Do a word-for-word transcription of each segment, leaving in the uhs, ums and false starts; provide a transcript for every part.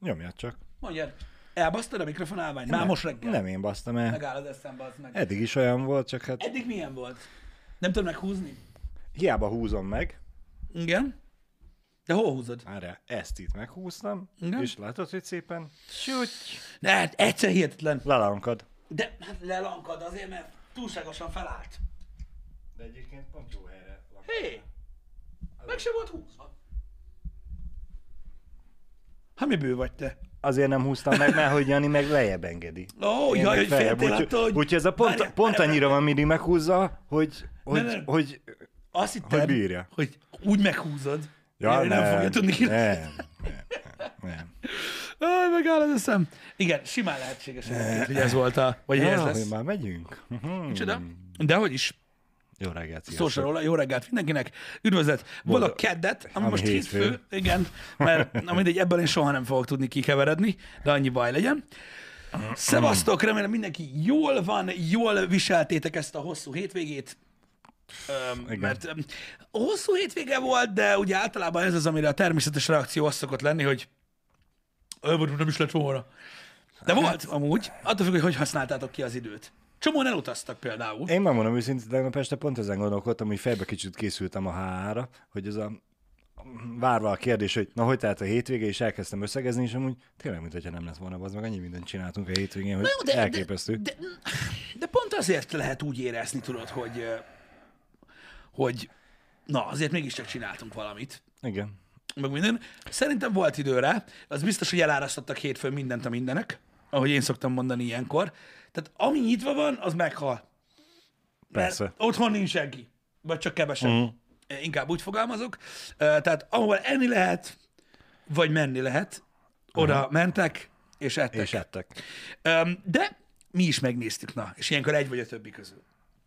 Nyomjad csak. Mondjad. Elbasztad a mikrofonálványt? Már most reggel. Nem én basztam el. Megáll az eszembe, az meg. Eddig is olyan volt, csak hát... Eddig milyen volt? Nem tudod meghúzni? Hiába húzom meg. Igen. De hol húzod? Már ezt itt meghúztam, Igen. és látod, hogy szépen... Süty! De hát egyszer hihetetlen. Lelankad. De hát lelankad azért, mert túlságosan felállt. De egyébként pont jó helyre lankad. Hé! Hey, meg sem volt húzva. Hát mi bő vagy te? Azért nem húztam meg, mert hogy Jani meg lejjebb engedi. Ó, oh, jaj, hogy féltél attól, hogy... Úgyhogy ez a pont, Várjál, pont várjál, annyira van mindig meghúzza, hogy, hogy, Nem, nem. hogy, Azt hittem, hogy bírja. hogy úgy meghúzod. Ja, hogy nem, nem, fogja tudni ki. nem, nem, nem. Aj, megáll az eszem. Igen, simán lehetséges egyébként, hogy ez volt a... Vagy hogy ez Ja, lesz. hogy már megyünk. Micsoda? De hogy is. Jó reggelt, Szó sziasztok. se róla, jó reggelt mindenkinek. Üdvözlet. Van a keddet, ami ami most hétfő. hétfő. Igen, mert na mindegy, ebből én soha nem fogok tudni kikeveredni, de annyi baj legyen. Szevasztok, remélem mindenki jól van, jól viseltétek ezt a hosszú hétvégét. Öm, mert öm, hosszú hétvége volt, de ugye általában ez az, amire a természetes reakció az szokott lenni, hogy "Ö, vagy nem is lett volna. De volt amúgy, attól függ, hogy hogy használtátok ki az időt. Csomóan elutaztak például. Én megmondom őszintén, tegnap este pont ezen gondolkodtam, hogy fejbe kicsit készültem a há á-ra, hogy ez a várva a kérdés, hogy na hogy telt a hétvége, és elkezdtem összegezni, és amúgy tényleg, mint hogyha nem lett volna, az meg annyi mindent csináltunk a hétvégén, hogy jó, de- elképesztő. De, de pont azért lehet úgy érezni, tudod, hogy, ö, hogy na, azért mégiscsak csináltunk valamit. Igen. Meg minden. Szerintem volt időre, az biztos, hogy elárasztottak hétfőn mindent a mindenek, ahogy én szoktam mondani ilyenkor. Tehát ami nyitva van, az meghal. Persze. Mert otthon nincs senki. Vagy csak kevesen. Mhm. Uh-huh. Inkább úgy fogalmazok. Ö, Tehát ahol enni lehet, vagy menni lehet, oda uh-huh. mentek, és ettek. És ettek. Öm, De mi is megnéztük, na, és ilyenkor egy vagy a többi közül.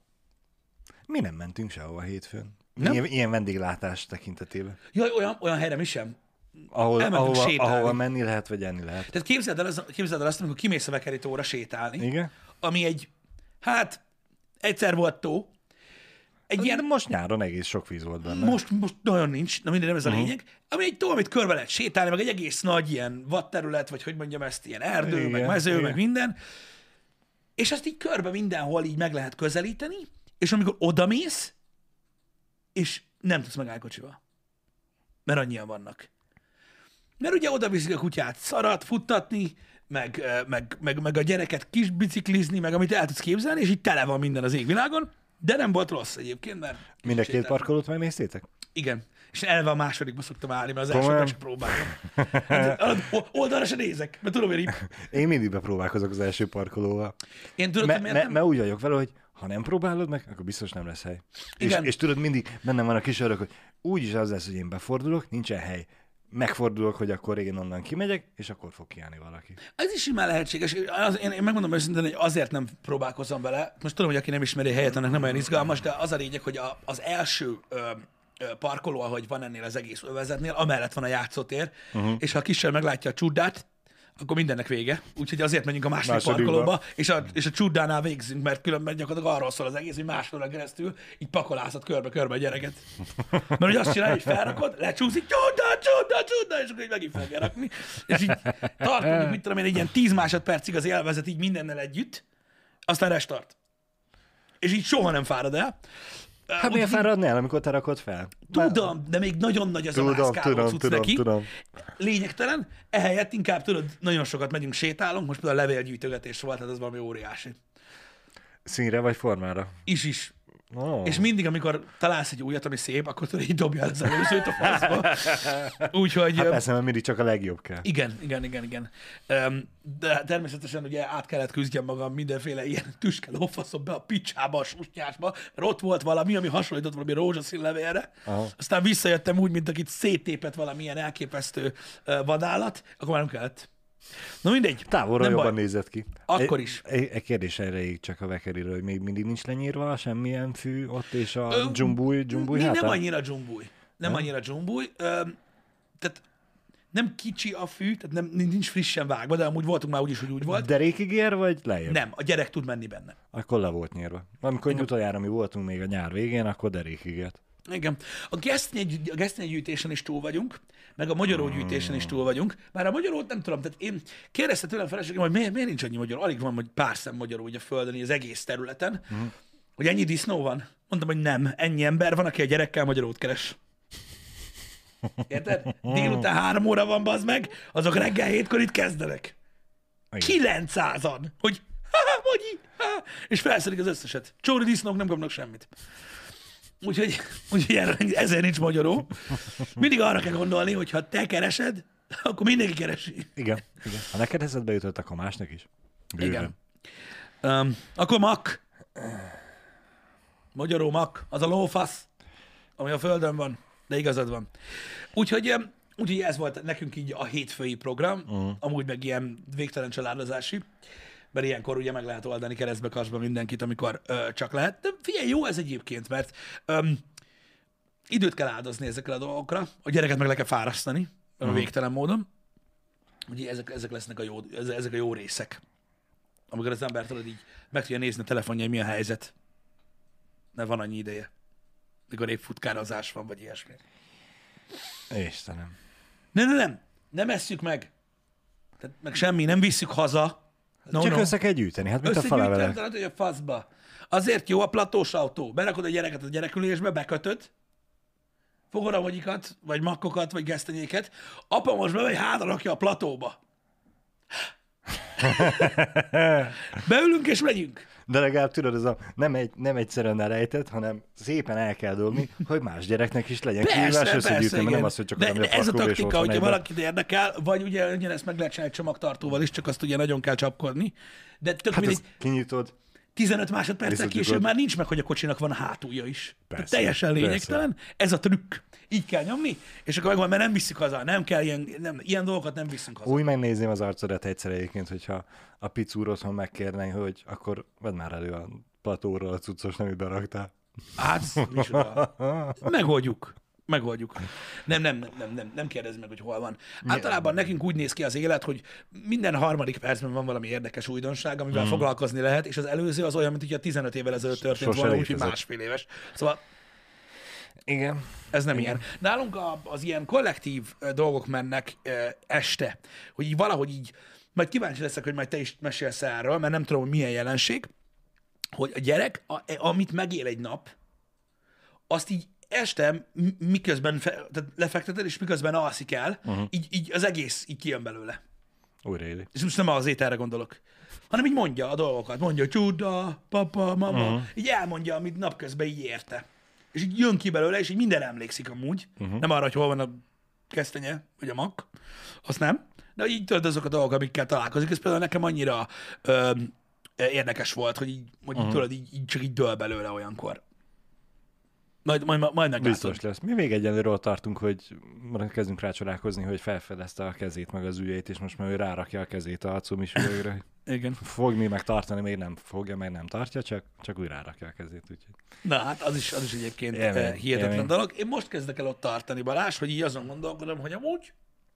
Mi nem mentünk sehova hétfőn. Nem? Ilyen, ilyen vendéglátás tekintetében. Jaj, olyan, olyan helyre mi sem. Ahol, Elmentünk ahova, sétálni. ahova menni lehet, vagy enni lehet. Tehát képzeld el, az, képzeld el azt, amikor kimész a Vekerítóra sétálni, Igen? ami egy, hát, egyszer volt tó, egy ilyen, De most nyáron egész sok víz volt benne. most, most nagyon nincs, na minden nem ez a Uh-huh. lényeg, ami egy tó, amit körbe lehet sétálni, meg egy egész nagy ilyen vadterület, vagy hogy mondjam ezt, ilyen erdő, Igen, meg mező, igen. meg minden, és azt így körbe mindenhol így meg lehet közelíteni, és amikor odamész, és nem tudsz megállni kocsival. Mert annyian vannak. Mert ugye oda viszik a kutyát szarat futtatni, meg, eh, meg, meg, meg a gyereket kis biciklizni, meg amit el tudsz képzelni, és így tele van minden az égvilágon, de nem volt rossz egyébként, mert... Mind a két sétáltam. parkolót megnéztétek? Igen. És elve a másodikba szoktam állni, mert az Komolyan? elsőben csak próbálom. Hát, alatt- oldalra se nézek, mert tudom, hogy így... Én mindig bepróbálkozok az első parkolóval. Én tudod, Mert hogy miért me, nem? me úgy vagyok vele, hogy ha nem próbálod meg, akkor biztos nem lesz hely. És, Igen. és tudod, mindig bennem van a kis örök, hogy úgyis az lesz, hogy én befordulok, nincsen hely. Megfordulok, hogy akkor én onnan kimegyek, és akkor fog kiállni valaki. Ez is simán lehetséges. Az, én, én megmondom őszintén, hogy azért nem próbálkozom vele. Most tudom, hogy aki nem ismeri a helyet, annak nem olyan izgalmas, de az a lényeg, hogy a, az első ö, ö, parkoló, ahogy van ennél az egész övezetnél, amellett van a játszótér, uh-huh. és ha a kissel meglátja a csúddát, akkor mindennek vége. Úgyhogy azért megyünk a második Másodikba. parkolóba, és a, és a csúddánál végzünk, mert különben gyakorlatilag arról szól az egész, hogy másfél órán keresztül így pakolázhat körbe-körbe a gyereket. Mert hogy azt csinálja, hogy felrakod, lecsúszik, csúdda, csúdda, csúdda, és akkor így megint fel kell rakni. És így tartunk, mit tudom én, egy ilyen tíz másodpercig az élvezet így mindennel együtt, aztán restart. És így soha nem fárad el. Hát miért fáradni el, amikor te rakod fel? Tudom, de még nagyon nagy az a Tudom, mászkáló tudom, cucc tudom, neki. tudom. Lényegtelen. Ehelyett inkább tudod, nagyon sokat megyünk, sétálunk, most például a levélgyűjtögetés volt, tehát az valami óriási. Színre vagy formára? Is is. Oh. És mindig, amikor találsz egy újat, ami szép, akkor tudod, így dobja el az előzőt a faszba. Úgyhogy... Hát ö, persze, mert mindig csak a legjobb kell. igen, igen, igen, igen. Öm, De természetesen ugye át kellett küzdjem magam mindenféle ilyen tüske lófaszom be a picsába, a susnyásba, mert ott volt valami, ami hasonlított valami rózsaszín levélre. Aha. Aztán visszajöttem úgy, mint akit széttépett valamilyen elképesztő ö, vadállat, akkor már nem kellett. Na mindegy. Távolról nem jobban baj. nézett ki. Akkor Egy- is. Egy, egy kérdés erejéig csak a Vekeriről, hogy még mindig nincs lenyírva semmilyen fű ott, és a Ö, dzsumbúj, dzsumbúj Mi hátán? nem annyira dzsumbúj. Nem Nem? annyira dzsumbúj. Öm, Tehát nem kicsi a fű, tehát nem, nincs frissen vágva, de amúgy voltunk már úgyis, hogy úgy volt. Derékig ér, vagy lejjebb? Nem, a gyerek tud menni benne. Akkor le volt nyírva. Amikor utoljára mi voltunk még a nyár végén, akkor derékig ért. Igen. A gesztenyegyűjtésen is túl vagyunk, meg a magyarógyűjtésen is túl vagyunk. Bár a magyarót nem tudom, tehát én kérdezte tőlem feleségem, hogy miért, miért nincs annyi magyaró, alig van hogy pár szem magyaró ugye a földön, így az egész területen, uh-huh. hogy ennyi disznó van. Mondtam, hogy nem, ennyi ember van, aki a gyerekkel magyarót keres. Érted? Délután három óra van, bazd meg, azok reggel hétkor itt kezdenek. kilencszázan, hogy ha-ha, mogyi, ha, és felszedik az összeset. Csóri disznók nem kapnak semmit. Úgyhogy, úgyhogy ezért nincs magyaró. Mindig arra kell gondolni, hogy ha te keresed, akkor mindenki keresi. Igen, igen. Ha neked eszedbe jutott, akkor másnak is. Bőven. Igen. Um, akkor mak. Magyaró mak, az a lófasz, ami a földön van, de igazad van. Úgyhogy, úgyhogy ez volt nekünk így a hétfői program, uh-huh. amúgy meg ilyen végtelen családozási, mert ilyenkor ugye meg lehet oldani keresztbe kasba mindenkit, amikor ö, csak lehet. De figyelj, jó ez egyébként, mert öm, időt kell áldozni ezekre a dolgokra, a gyereket meg le kell fárasztani, uh-huh. végtelen módon. Ugye ezek, ezek lesznek a jó, ezek a jó részek, amikor az ember tudod így meg tudja nézni a telefonja, hogy mi a helyzet. Mert van annyi ideje. Mikor épp futkározás van, vagy ilyesmi. Istenem. Nem, nem, nem. Nem esszük meg. Tehát meg semmi, nem visszük haza. No, Csak no. össze kell gyűjteni, hát mint a falavelek. Összegyűjtem, hogy a faszba. Azért jó a platós autó. Berakod a gyereket a gyerekülésbe, bekötöd, fogod a vagyikat, vagy makkokat, vagy gesztenyéket. Apa most bemegy, hátra rakja a platóba. Beülünk és megyünk. De legalább tudod, ez a nem, egy, nem egyszerűen elejtett, hanem szépen el kell dobni, hogy más gyereknek is legyen kihívás összegyűjteni, mert nem az, hogy csak de, az, de ez a taktika, hogyha egyben. valakit érdekel, vagy ugye ugyanezt meg lehet csinálni csomagtartóval is, csak azt ugye nagyon kell csapkodni. De tök Hát mindegy, kinyitod. tizenöt másodperccel később Visszatugod. már nincs meg, hogy a kocsinak van a hátulja is. Persze, Teljesen lényegtelen. Ez a trükk. Így kell nyomni, és akkor megvan, mert nem visszük haza. Nem kell ilyen, nem, ilyen dolgokat nem visszünk haza. Úgy megnézném az arcodat egyszer egyébként, hogyha a picúr otthon megkérne, hogy akkor vedd már elő a platóról a cuccos, amit beraktál. Hát, micsoda. Megoldjuk. Megoldjuk. Nem, nem, nem, nem, nem, nem kérdezz meg, hogy hol van. Általában nekünk úgy néz ki az élet, hogy minden harmadik percben van valami érdekes újdonság, amivel hmm. foglalkozni lehet, és az előző az olyan, mint hogyha tizenöt évvel ezelőtt történt Sose volna, úgyhogy létezett. másfél éves. Szóval Igen. ez nem Igen. ilyen. Nálunk a, az ilyen kollektív ö, dolgok mennek ö, este, hogy így valahogy így, majd kíváncsi leszek, hogy majd te is mesélsz erről, mert nem tudom, hogy milyen jelenség, hogy a gyerek, a, amit megél egy nap, azt így este, miközben fe, tehát lefekteted, és miközben alszik el, uh-huh. így, így az egész így kijön belőle. Újra éli. És most nem az ételre gondolok, hanem így mondja a dolgokat. Mondja, hogy csuda, papa, mama. Uh-huh. Így elmondja, amit napközben így érte. És így jön ki belőle, és így minden emlékszik amúgy. Uh-huh. Nem arra, hogy hol van a kesztenye, vagy a mak. Azt nem. De így tudod azok a dolgok, amikkel találkozik. Ez például nekem annyira ö, érdekes volt, hogy így, hogy uh-huh. tudod, így, így csak így dől belőle olyankor. Majd, majd, majd meglátod. Biztos lesz. Mi még egyenlőre ott tartunk, hogy kezdünk rá csodálkozni, hogy felfedezte a kezét meg az ujjait, és most már ő rárakja a kezét a cumis üvegre. Igen. Fogni, meg tartani, még nem fogja, meg nem tartja, csak, csak úgy rárakja a kezét. Úgyhogy. Na hát az is, az is egyébként Élmény, hihetetlen élmény. dolog. Én most kezdek el ott tartani, Balázs, hogy így azon gondolkodom, hogy amúgy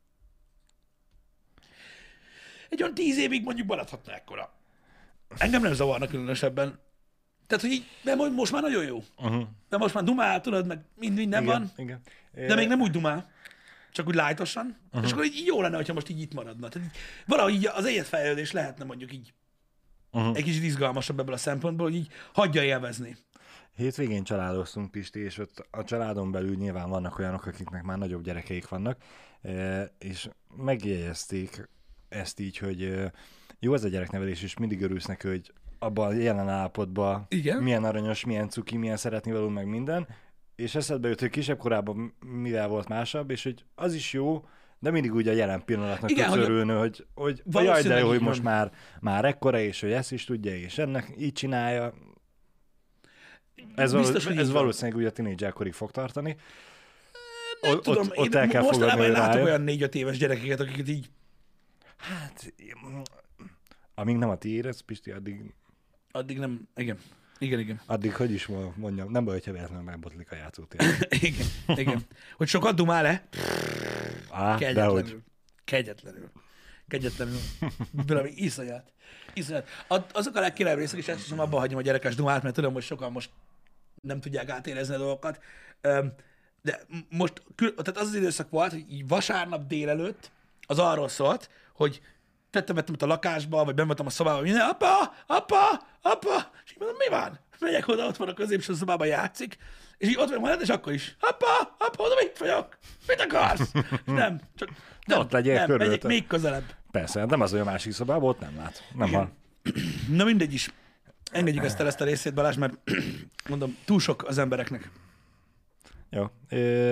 egy olyan tíz évig mondjuk maradhatna ekkora. Engem nem zavarna különösebben. Tehát, hogy így, de most már nagyon jó. Uh-huh. De most már dumál, tudod, meg mind, minden Igen, van. igen. De még nem úgy dumál, csak úgy lájtosan. Uh-huh. És akkor így, így jó lenne, hogyha most így itt maradna. Tehát így, valahogy így az életfejlődés lehetne mondjuk így uh-huh. egy kicsit izgalmasabb ebből a szempontból, hogy így hagyja élvezni. Hétvégén családoztunk, Pisti, és ott a családon belül nyilván vannak olyanok, akiknek már nagyobb gyerekeik vannak, és megjegyezték ezt így, hogy jó ez a gyereknevelés, és mindig örülsz neki, hogy abban a jelen állapotban Igen. milyen aranyos, milyen cuki, milyen szeretni való, meg minden, és eszedbe jött, hogy kisebb korában mivel volt másabb, és hogy az is jó, de mindig úgy a jelen pillanatnak Igen, tudsz hogy- örülni, hogy, hogy jaj, Valószínűleg de jó, hogy így most van. már, már ekkora, és hogy ezt is tudja, és ennek így csinálja. Ez, Biztos, való, hogy így ez van. valószínűleg úgy a tínédzserkorig fog tartani. Nem Ott, tudom, ott, ott én el kell mostanában fogadni, én hogy látok rájön. olyan négy-öt éves gyerekeket, akiket így, Hát, amíg nem a tiéd, ez Pisti, addig, addig nem, igen, igen, igen. addig hogy is mondjam, nem baj, hogyha véletlenül megbotlik a játszótér. Igen, igen. Hogy sokat dumál-e? Á, dehogy. Kegyetlenül. Kegyetlenül. Kegyetlenül. Valami iszonyat. Iszonyat. A- Azok a legkirályabb részek, és ezt hiszem, abban hagyom a gyerekes dumát, mert tudom, hogy sokan most nem tudják átérezni a dolgokat. Öm, de most, tehát az az időszak volt, hogy így vasárnap délelőtt az arról szólt, hogy tettem vettem ott a lakásba, vagy benn voltam a szobában, minden, apa, apa, apa, és így mondom, mi van? Megyek oda, ott van a középső szobában játszik, és így ott vagyok mellett, és akkor is, apa, apa, oda mit vagyok? Mit akarsz? Nem, csak nem, ott legyél nem, körülötte. megyek még közelebb. Persze, nem az, hogy a másik szobában, ott nem lát. Nem hall. Na mindegy is. Engedjük ezt el, ezt a részét, Balázs, mert mondom, túl sok az embereknek. Jó. Ö,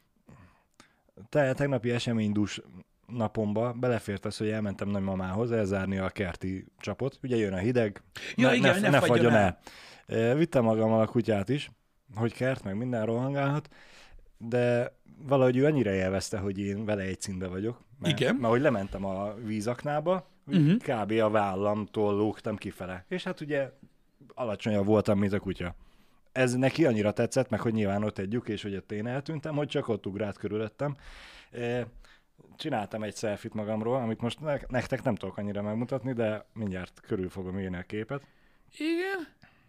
te tegnapi eseménydús napomba belefért az, hogy elmentem nagymamához elzárni a kerti csapot. Ugye jön a hideg, Ja, ne, igen, ne, ne ne fagyjon el. el. Vittem magammal a kutyát is, hogy kert, meg minden rohangálhat, de valahogy ő annyira élvezte, hogy én vele egy színbe vagyok. Mert, Igen. mert hogy lementem a vízaknába, Uh-huh. kb. A vállamtól lógtam kifele. És hát ugye alacsonyabb voltam, mint a kutya. Ez neki annyira tetszett, meg hogy nyilván ott egy lyuk, és hogy ott én eltűntem, hogy csak ott ugrált körülöttem. Csináltam egy selfit magamról, amit most ne- nektek nem tudok annyira megmutatni, de mindjárt körül fogom írni a képet. Igen.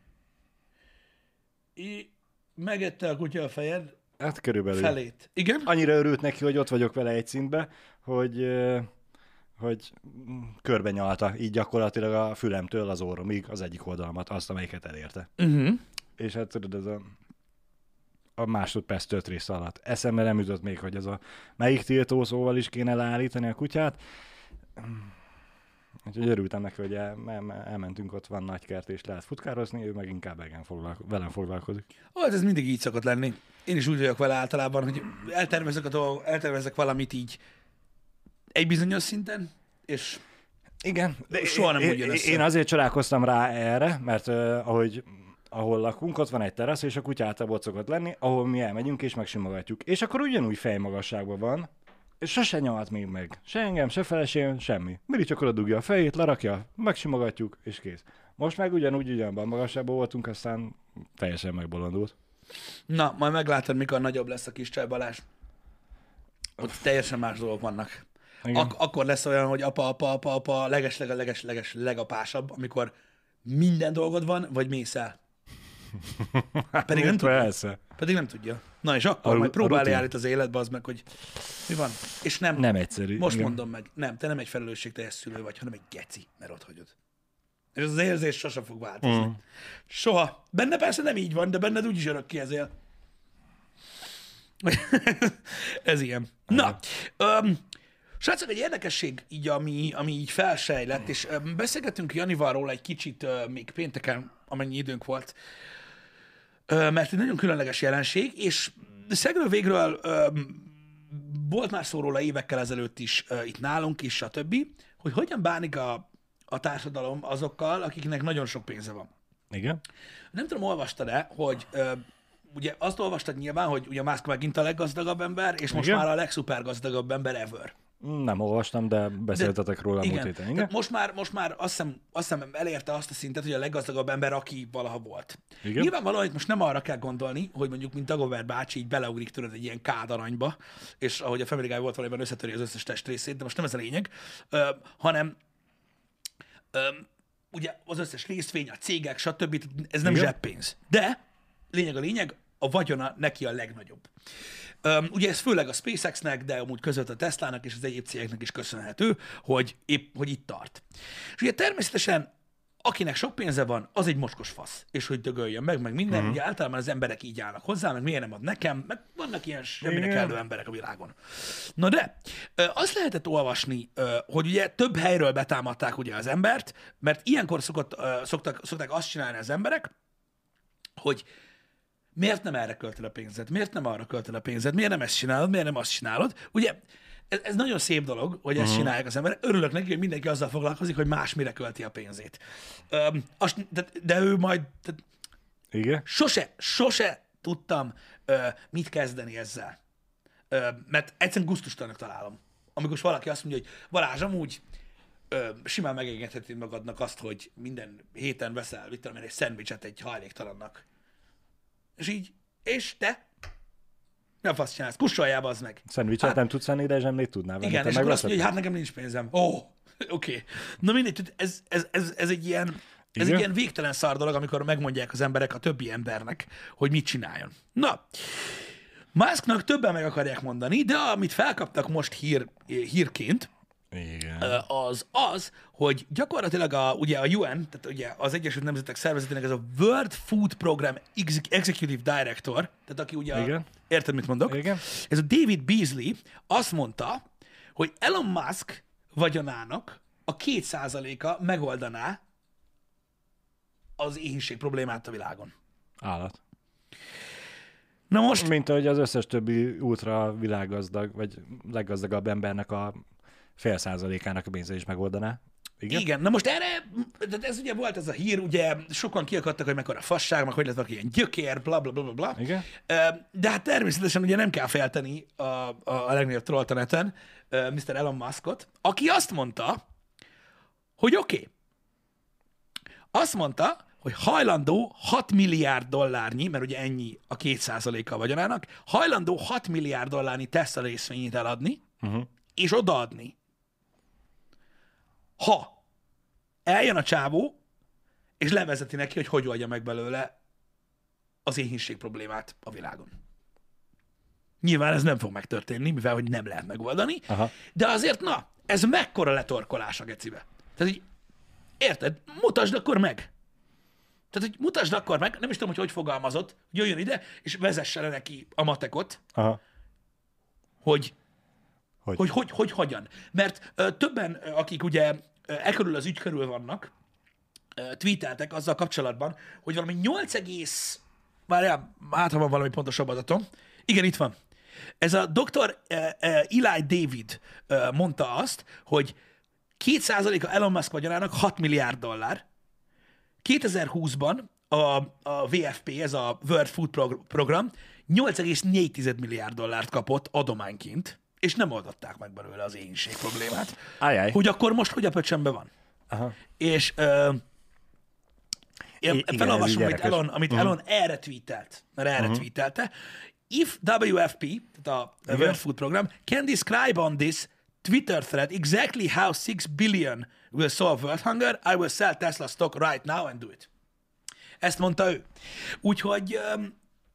I- megette a kutya a fejed Hát körülbelül. felét. Igen? Annyira örült neki, hogy ott vagyok vele egy szintbe, hogy, ö, hogy körbe nyalta így gyakorlatilag a fülemtől az orromig az egyik oldalamat, azt, amelyiket elérte. Uh-huh. És hát tudod, ez a, a másodperc tört része alatt. Eszembe nem jutott még, hogy ez a melyik tiltó szóval is kéne leállítani a kutyát. Úgyhogy örültem neki, hogy el, el, elmentünk, ott van nagy kert, és lehet futkározni, ő meg inkább engem foglalko- velem foglalkozik. Ó, hát ez mindig így szokott lenni. Én is úgy vagyok vele általában, hogy eltervezek, a dolg, eltervezek valamit így egy bizonyos szinten, és Igen. soha nem én, úgy jön össze. Én azért csodálkoztam rá erre, mert uh, ahogy ahol lakunk, ott van egy terasz, és a kutya általában ott szokott lenni, ahol mi elmegyünk és megsimogatjuk. És akkor ugyanúgy fejmagasságban van, és sose nyalt még meg. Se engem, se feleségem, semmi. Mindig csak oda dugja a fejét, lerakja, megsimogatjuk, és kész. Most meg ugyanúgy ugyanabban magasságban voltunk, aztán teljesen megbolondult. Na, majd meglátod, mikor nagyobb lesz a kis csaj, Balázs. Ott teljesen más dolgok vannak. Ak- akkor lesz olyan, hogy apa, apa, apa, apa, legesleg, leges, leges, legapásabb, amikor minden dolgod van, vagy mész el. Pedig nem tudja. Persze. Pedig nem tudja. Na és akkor A- majd a próbálj rutin. állít az életbe, az meg, hogy mi van. És nem, Nem egyszerű. most igen. mondom meg, nem, te nem egy felelősségteljes szülő vagy, hanem egy geci, mert ott hagyod. És az érzés sosem fog változni. Mm. Soha. Benne persze nem így van, de benned úgyis örökké ezél. Ez ilyen. Na, öm, srácok, egy érdekesség, így, ami, ami így felsejlett, és öm, beszélgettünk Janival róla egy kicsit öm, még pénteken, amennyi időnk volt, öm, mert egy nagyon különleges jelenség, és szegről végről öm, volt már szó róla évekkel ezelőtt is ö, itt nálunk is, stb., hogy hogyan bánik a, a társadalom azokkal, akiknek nagyon sok pénze van. Igen. Nem tudom, olvastad-e, hogy ö, ugye azt olvastad nyilván, hogy ugye Musk megint a leggazdagabb ember, és most Igen. már a legszupergazdagabb ember ever. Nem olvastam, de beszéltetek róla a múlt Igen. héten. Tehát Igen? most már, most már azt, hiszem, azt hiszem elérte azt a szintet, hogy a leggazdagabb ember, aki valaha volt. Igen. Nyilvánvalóan itt most nem arra kell gondolni, hogy mondjuk, mint Dagobert bácsi így beleugrik tudod egy ilyen kád aranyba, és ahogy a Family Guy volt valamiben összetöri az összes testrészét, de most nem ez a lényeg, ö, hanem ö, ugye az összes részvény, a cégek, stb. Ez nem Igen. zseppénz. De lényeg a lényeg, a vagyona neki a legnagyobb. Um, ugye ez főleg a SpaceX-nek, de amúgy között a Teslának és az egyéb cégeknek is köszönhető, hogy épp, hogy itt tart. És ugye természetesen, akinek sok pénze van, az egy mocskos fasz, és hogy dögöljön meg, meg minden. Uh-huh. Ugye általában az emberek így állnak hozzá, meg miért nem ad nekem, meg vannak ilyen semminek Igen. kellő emberek a világon. Na de, ö, azt lehetett olvasni, ö, hogy ugye több helyről betámadták ugye az embert, mert ilyenkor szokott, ö, szoktak, szokták azt csinálni az emberek, hogy miért nem erre költöd a pénzed? Miért nem arra költöd a pénzed? Miért nem ezt csinálod? Miért nem azt csinálod? Ugye ez, ez nagyon szép dolog, hogy ezt uh-huh. csinálják az emberek. Örülök neki, hogy mindenki azzal foglalkozik, hogy más mire költi a pénzét. Öm, azt, de, de ő majd... De Igen. sose, sose tudtam ö, mit kezdeni ezzel. Ö, mert egyszerűen gusztustalannak találom. Amikor valaki azt mondja, hogy Balázs, amúgy ö, simán megengedheted magadnak azt, hogy minden héten veszel, mit tudom én, egy szendvicset egy hajléktalannak. És így, és te? Nem fasz csinálsz, kussoljál, az meg. Szendvicset Hát- nem tudsz venni, de zsemlét tudnál venni. Igen, Te és akkor azt megveszed? mondja, hogy hát nekem nincs pénzem. Ó, oh, oké. Okay. Na mindegy, tehát ez, ez, ez, ez egy ilyen, ez Igen? egy ilyen végtelen szar dolog, amikor megmondják az emberek a többi embernek, hogy mit csináljon. Na, Musknak többen meg akarják mondani, de amit felkaptak most hír, hírként, Igen. az az, hogy gyakorlatilag a, ugye a u en, tehát ugye az Egyesült Nemzetek Szervezetének ez a World Food Program Executive Director, tehát aki ugye, Igen. A, érted, mit mondok? Igen. Ez a David Beasley azt mondta, hogy Elon Musk vagyonának a két százaléka megoldaná az éhínség problémát a világon. Állat. Na most... Mint ahogy az összes többi ultra világgazdag, vagy leggazdagabb embernek a fél százalékának a pénze is megoldaná. Igen? Igen, na most erre, de ez ugye volt ez a hír, ugye sokan kiakadtak, hogy mekkora fasság, meg hogy lett valaki ilyen gyökér, bla bla bla bla bla. Igen? De hát természetesen ugye nem kell félteni a, a, a legnagyobb trollt a neten, miszter Elon Muskot, aki azt mondta, hogy oké. Okay. Azt mondta, hogy hajlandó hat milliárd dollárnyi, mert ugye ennyi a két százaléka a vagyonának, hajlandó hat milliárd dollárnyi Tesla részvényét eladni, uh-huh. és odaadni. Ha eljön a csávó, és levezeti neki, hogy hogy oldja meg belőle az éhínség problémát a világon. Nyilván ez nem fog megtörténni, mivel hogy nem lehet megoldani, aha. de azért, na, ez mekkora letorkolás a gecibe. Tehát így, érted? Mutasd akkor meg. Tehát, hogy mutasd akkor meg, nem is tudom, hogy hogy fogalmazott, hogy jöjjön ide, és vezesse le neki a matekot, aha. hogy hogy? Hogy, hogy, hogy hogyan. Mert ö, többen, akik ugye e körül az ügy körül vannak, ö, tweeteltek azzal kapcsolatban, hogy valami nyolc egész, várjál, hát ha van valami pontosabb adatom. Igen, itt van. Ez a doktor uh, uh, Eli David uh, mondta azt, hogy két százaléka Elon Musk vagyonának hat milliárd dollár. kétezer-húszban a, a vé ef pé, ez a World Food Prog- Program nyolc egész négy milliárd dollárt kapott adományként, és nem oldották meg belőle az éhínség problémát. Ajaj. Hogy akkor most hogy a pöcsömbe van. Aha. És uh, én I- felolvasom, amit Elon, amit uh-huh. Elon erre tweetelt, mert erre uh-huh. tweetelte. If W F P, tehát a uh-huh. World Food Program, can describe on this Twitter thread exactly how six billion will solve world hunger, I will sell Tesla stock right now and do it. Ezt mondta ő. Úgyhogy um,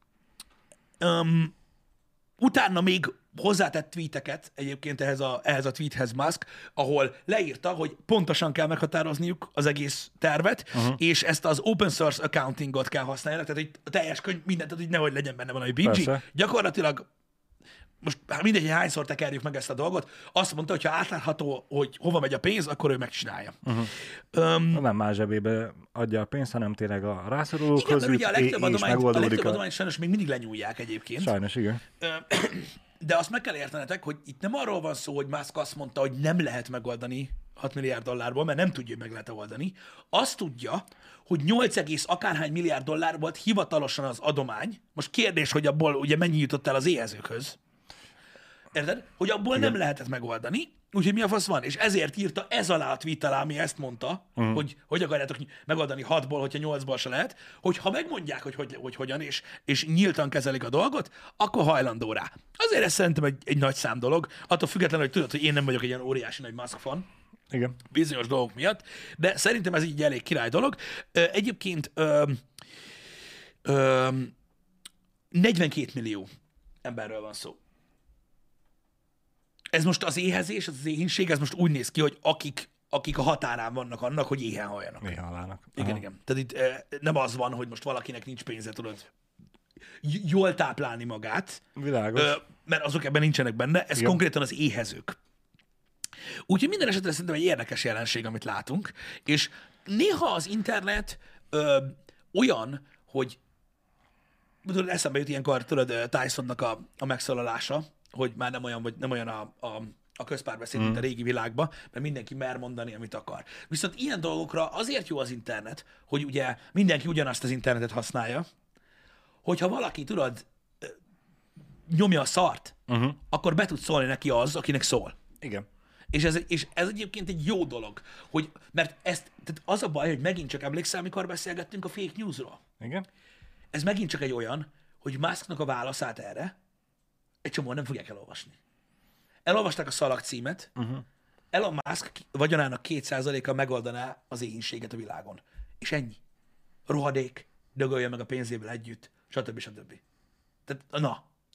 um, utána még hozzátett tweeteket egyébként ehhez a, ehhez a tweethez Musk, ahol leírta, hogy pontosan kell meghatározniuk az egész tervet, uh-huh. és ezt az open source accountingot kell használni, tehát hogy a teljes könyv, mindent, tehát hogy nehogy legyen benne valami bingy. Gyakorlatilag most mindegy, hogy hányszor tekerjük meg ezt a dolgot, azt mondta, hogy ha átlátható, hogy hova megy a pénz, akkor ő megcsinálja. Uh-huh. Um, nem más zsebébe adja a pénzt, hanem tényleg a rászorulókhoz jut, ugye a legtöbb adományt, a legtöbb adományt sajnos még mindig lenyúlják egyébként. Sajnos, igen. De azt meg kell értenetek, hogy itt nem arról van szó, hogy Musk azt mondta, hogy nem lehet megoldani hat milliárd dollárból, mert nem tudja, hogy meg lehet oldani. Azt tudja, hogy nyolc egész akárhány milliárd dollár volt hivatalosan az adomány. Most kérdés, hogy abból ugye mennyi jutott el az éhezőkhöz. Érted? Hogy abból igen. nem lehetett megoldani, úgyhogy mi a fasz van? És ezért írta ez alá a tweet alá, ami ezt mondta, uh-huh. hogy hogy akarjátok megoldani hatból, hogyha nyolcból se lehet, hogy ha megmondják, hogy, hogy, hogy hogyan, és, és nyíltan kezelik a dolgot, akkor hajlandó rá. Azért ez szerintem egy, egy nagy szám dolog, attól függetlenül, hogy tudod, hogy én nem vagyok egy ilyen óriási nagy Musk fan, igen. bizonyos dolgok miatt, de szerintem ez így elég király dolog. Egyébként ö, ö, negyvenkét millió emberről van szó. Ez most az éhezés, az éhínség, ez most úgy néz ki, hogy akik, akik a határán vannak annak, hogy éhen haljanak. Éhen halálnak. Igen, Aha. igen. Tehát itt eh, nem az van, hogy most valakinek nincs pénze, tudod, j- jól táplálni magát. Világos. Eh, mert azok ebben nincsenek benne, ez igen. konkrétan az éhezők. Úgyhogy minden esetre szerintem egy érdekes jelenség, amit látunk, és néha az internet ö, olyan, hogy tudod, eszembe jut ilyenkor, tudod, Tysonnak a, a megszólalása, hogy már nem olyan, vagy nem olyan a, a, a közpárbeszéd, mm. mint a régi világban, mert mindenki mer mondani, amit akar. Viszont ilyen dolgokra azért jó az internet, hogy ugye mindenki ugyanazt az internetet használja, hogyha valaki, tudod, nyomja a szart, uh-huh. akkor be tud szólni neki az, akinek szól. Igen. És ez, és ez egyébként egy jó dolog, hogy, mert ezt, tehát az a baj, hogy megint csak emlékszel, amikor beszélgettünk a fake newsról. Igen. Ez megint csak egy olyan, hogy Musknak a válaszát erre egy csomóan nem fogják elolvasni. Elolvasták a szalag címet, uh-huh. Elon Musk vagyonának két százaléka megoldaná az éhínséget a világon. És ennyi. Rohadék, dögöljön meg a pénzével együtt, stb. stb. Tehát, na.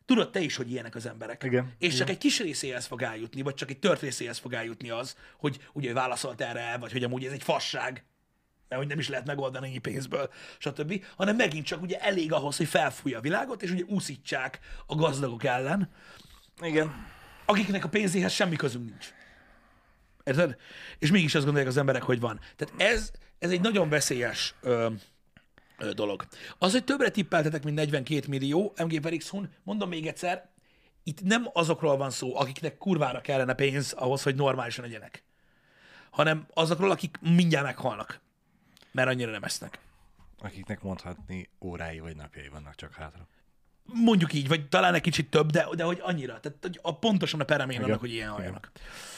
tudod te is, hogy ilyenek az emberek. Igen, És csak igen. egy kis részéhez fog eljutni, vagy csak egy tört részéhez fog eljutni az, hogy ugye ő válaszolt erre, vagy hogy amúgy ez egy fasság, mert hogy nem is lehet megoldani ennyi pénzből, stb. Hanem megint csak ugye elég ahhoz, hogy felfújja a világot, és ugye úszítsák a gazdagok ellen, Igen. akiknek a pénzéhez semmi közünk nincs. Érted? És mégis azt gondolják az emberek, hogy van. Tehát ez, ez egy nagyon veszélyes ö, ö, dolog. Az, hogy többre tippeltetek, mint negyvenkét millió, em gé per iksz hun, mondom még egyszer, itt nem azokról van szó, akiknek kurvára kellene pénz ahhoz, hogy normálisan legyenek, hanem azokról, akik mindjárt meghalnak, mert annyira nem esznek. Akiknek mondhatni órái vagy napjai vannak csak hátra. Mondjuk így, vagy talán egy kicsit több, de, de hogy annyira. Tehát hogy a, pontosan a peremén Igen. annak, hogy ilyen halljanak.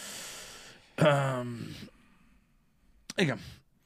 Um, igen.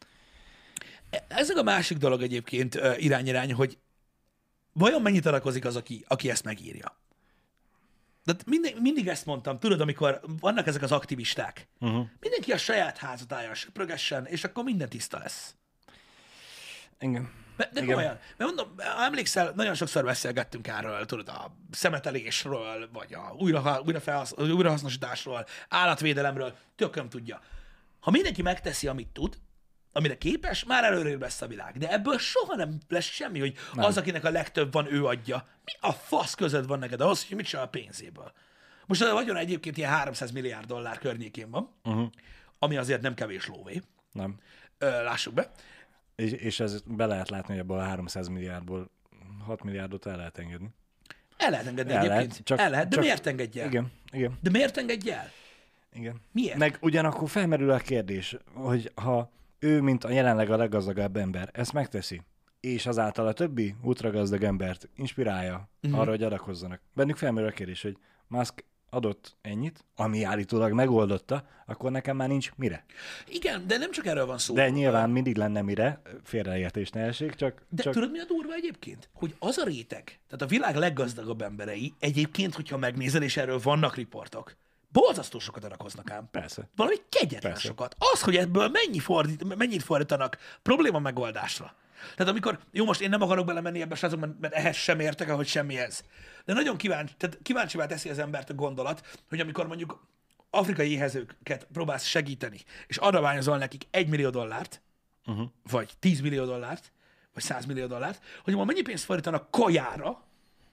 Ez a másik dolog egyébként uh, irány-irány, hogy vajon mennyit adakozik az, aki, aki ezt megírja? De mindig, mindig ezt mondtam, tudod, amikor vannak ezek az aktivisták, Uh-huh. mindenki a saját házatáján söprögessen, és akkor minden tiszta lesz. Igen. De, de Igen. komolyan, mert mondom, ha emlékszel, nagyon sokszor beszélgettünk erről, tudod, a szemetelésről, vagy a újra, újra felhasz, újrahasznosításról, állatvédelemről, tököm tudja. Ha mindenki megteszi, amit tud, amire képes, már előrébb lesz a világ. De ebből soha nem lesz semmi, hogy nem. Az, akinek a legtöbb van, ő adja. Mi a fasz között van neked ahhoz, hogy mit csinál a pénzéből? Most a vagyon egyébként ilyen háromszáz milliárd dollár környékén van, Uh-huh. ami azért nem kevés lóvé. Nem. Ö, lássuk be. És, és ez be lehet látni, hogy ebből a háromszáz milliárdból hat milliárdot el lehet engedni. El lehet engedni El egyébként. lehet, csak- el lehet, de csak- miért engedje el? Igen, igen, De miért engedje el? igen. Miért? Meg ugyanakkor felmerül a kérdés, hogy ha ő, mint a jelenleg a leggazdagabb ember, ezt megteszi, és azáltal a többi ultragazdag embert inspirálja uh-huh. arra, hogy adakozzanak. Bennük felmerül a kérdés, hogy Musk adott ennyit, ami állítólag megoldotta, akkor nekem már nincs mire. Igen, de nem csak erről van szó. De nyilván mindig lenne mire, félreértés ne essék, csak... De csak... tudod, mi a durva egyébként? Hogy az a réteg, tehát a világ leggazdagabb emberei, egyébként, hogyha megnézel, és erről vannak riportok, borzasztó sokat adakoznak ám. Persze. Valami kegyetlen Persze. sokat. Az, hogy ebből mennyi fordít, mennyit fordítanak probléma megoldásra. Tehát amikor, jó, most én nem akarok belemenni ebbe, srácok, mert, mert ehhez sem értek, ahogy semmihez. De nagyon kíváncsi, tehát kíváncsivá teszi az embert a gondolat, hogy amikor mondjuk afrikai éhezőket próbálsz segíteni, és adományozol nekik egy millió dollárt, Uh-huh. vagy tíz millió dollárt, vagy száz millió dollárt, hogy ma mennyi pénzt fordítanak kajára,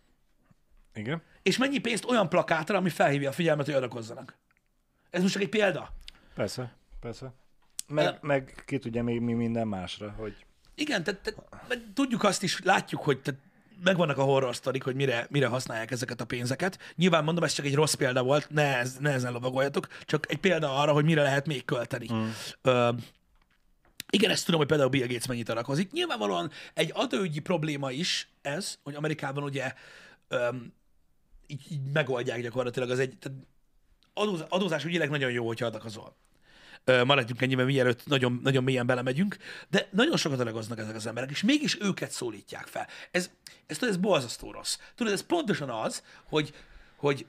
Igen. és mennyi pénzt olyan plakátra, ami felhívja a figyelmet, hogy adakozzanak. Ez most csak egy példa. Persze, persze. Meg, De- meg ki tudja még mi minden másra, hogy... Igen, tehát, tehát mert tudjuk azt is, látjuk, hogy tehát megvannak a horror sztorik, hogy mire, mire használják ezeket a pénzeket. Nyilván mondom, ez csak egy rossz példa volt, ne, ez, ne ezen lovagoljatok, csak egy példa arra, hogy mire lehet még költeni. Mm. Ö, igen, ezt tudom, hogy például Bill Gates mennyit adakozik. Nyilvánvalóan egy adóügyi probléma is ez, hogy Amerikában ugye öm, így, így megoldják gyakorlatilag az egy, tehát adóz, adózás ügyileg nagyon jó, hogyha adakozol. Ö, maradjunk ennyiben, mielőtt nagyon, nagyon mélyen belemegyünk, de nagyon sokat adagoznak ezek az emberek, és mégis őket szólítják fel. Ez, ez, tudod, ez borzasztó rossz. Tudod, ez pontosan az, hogy, hogy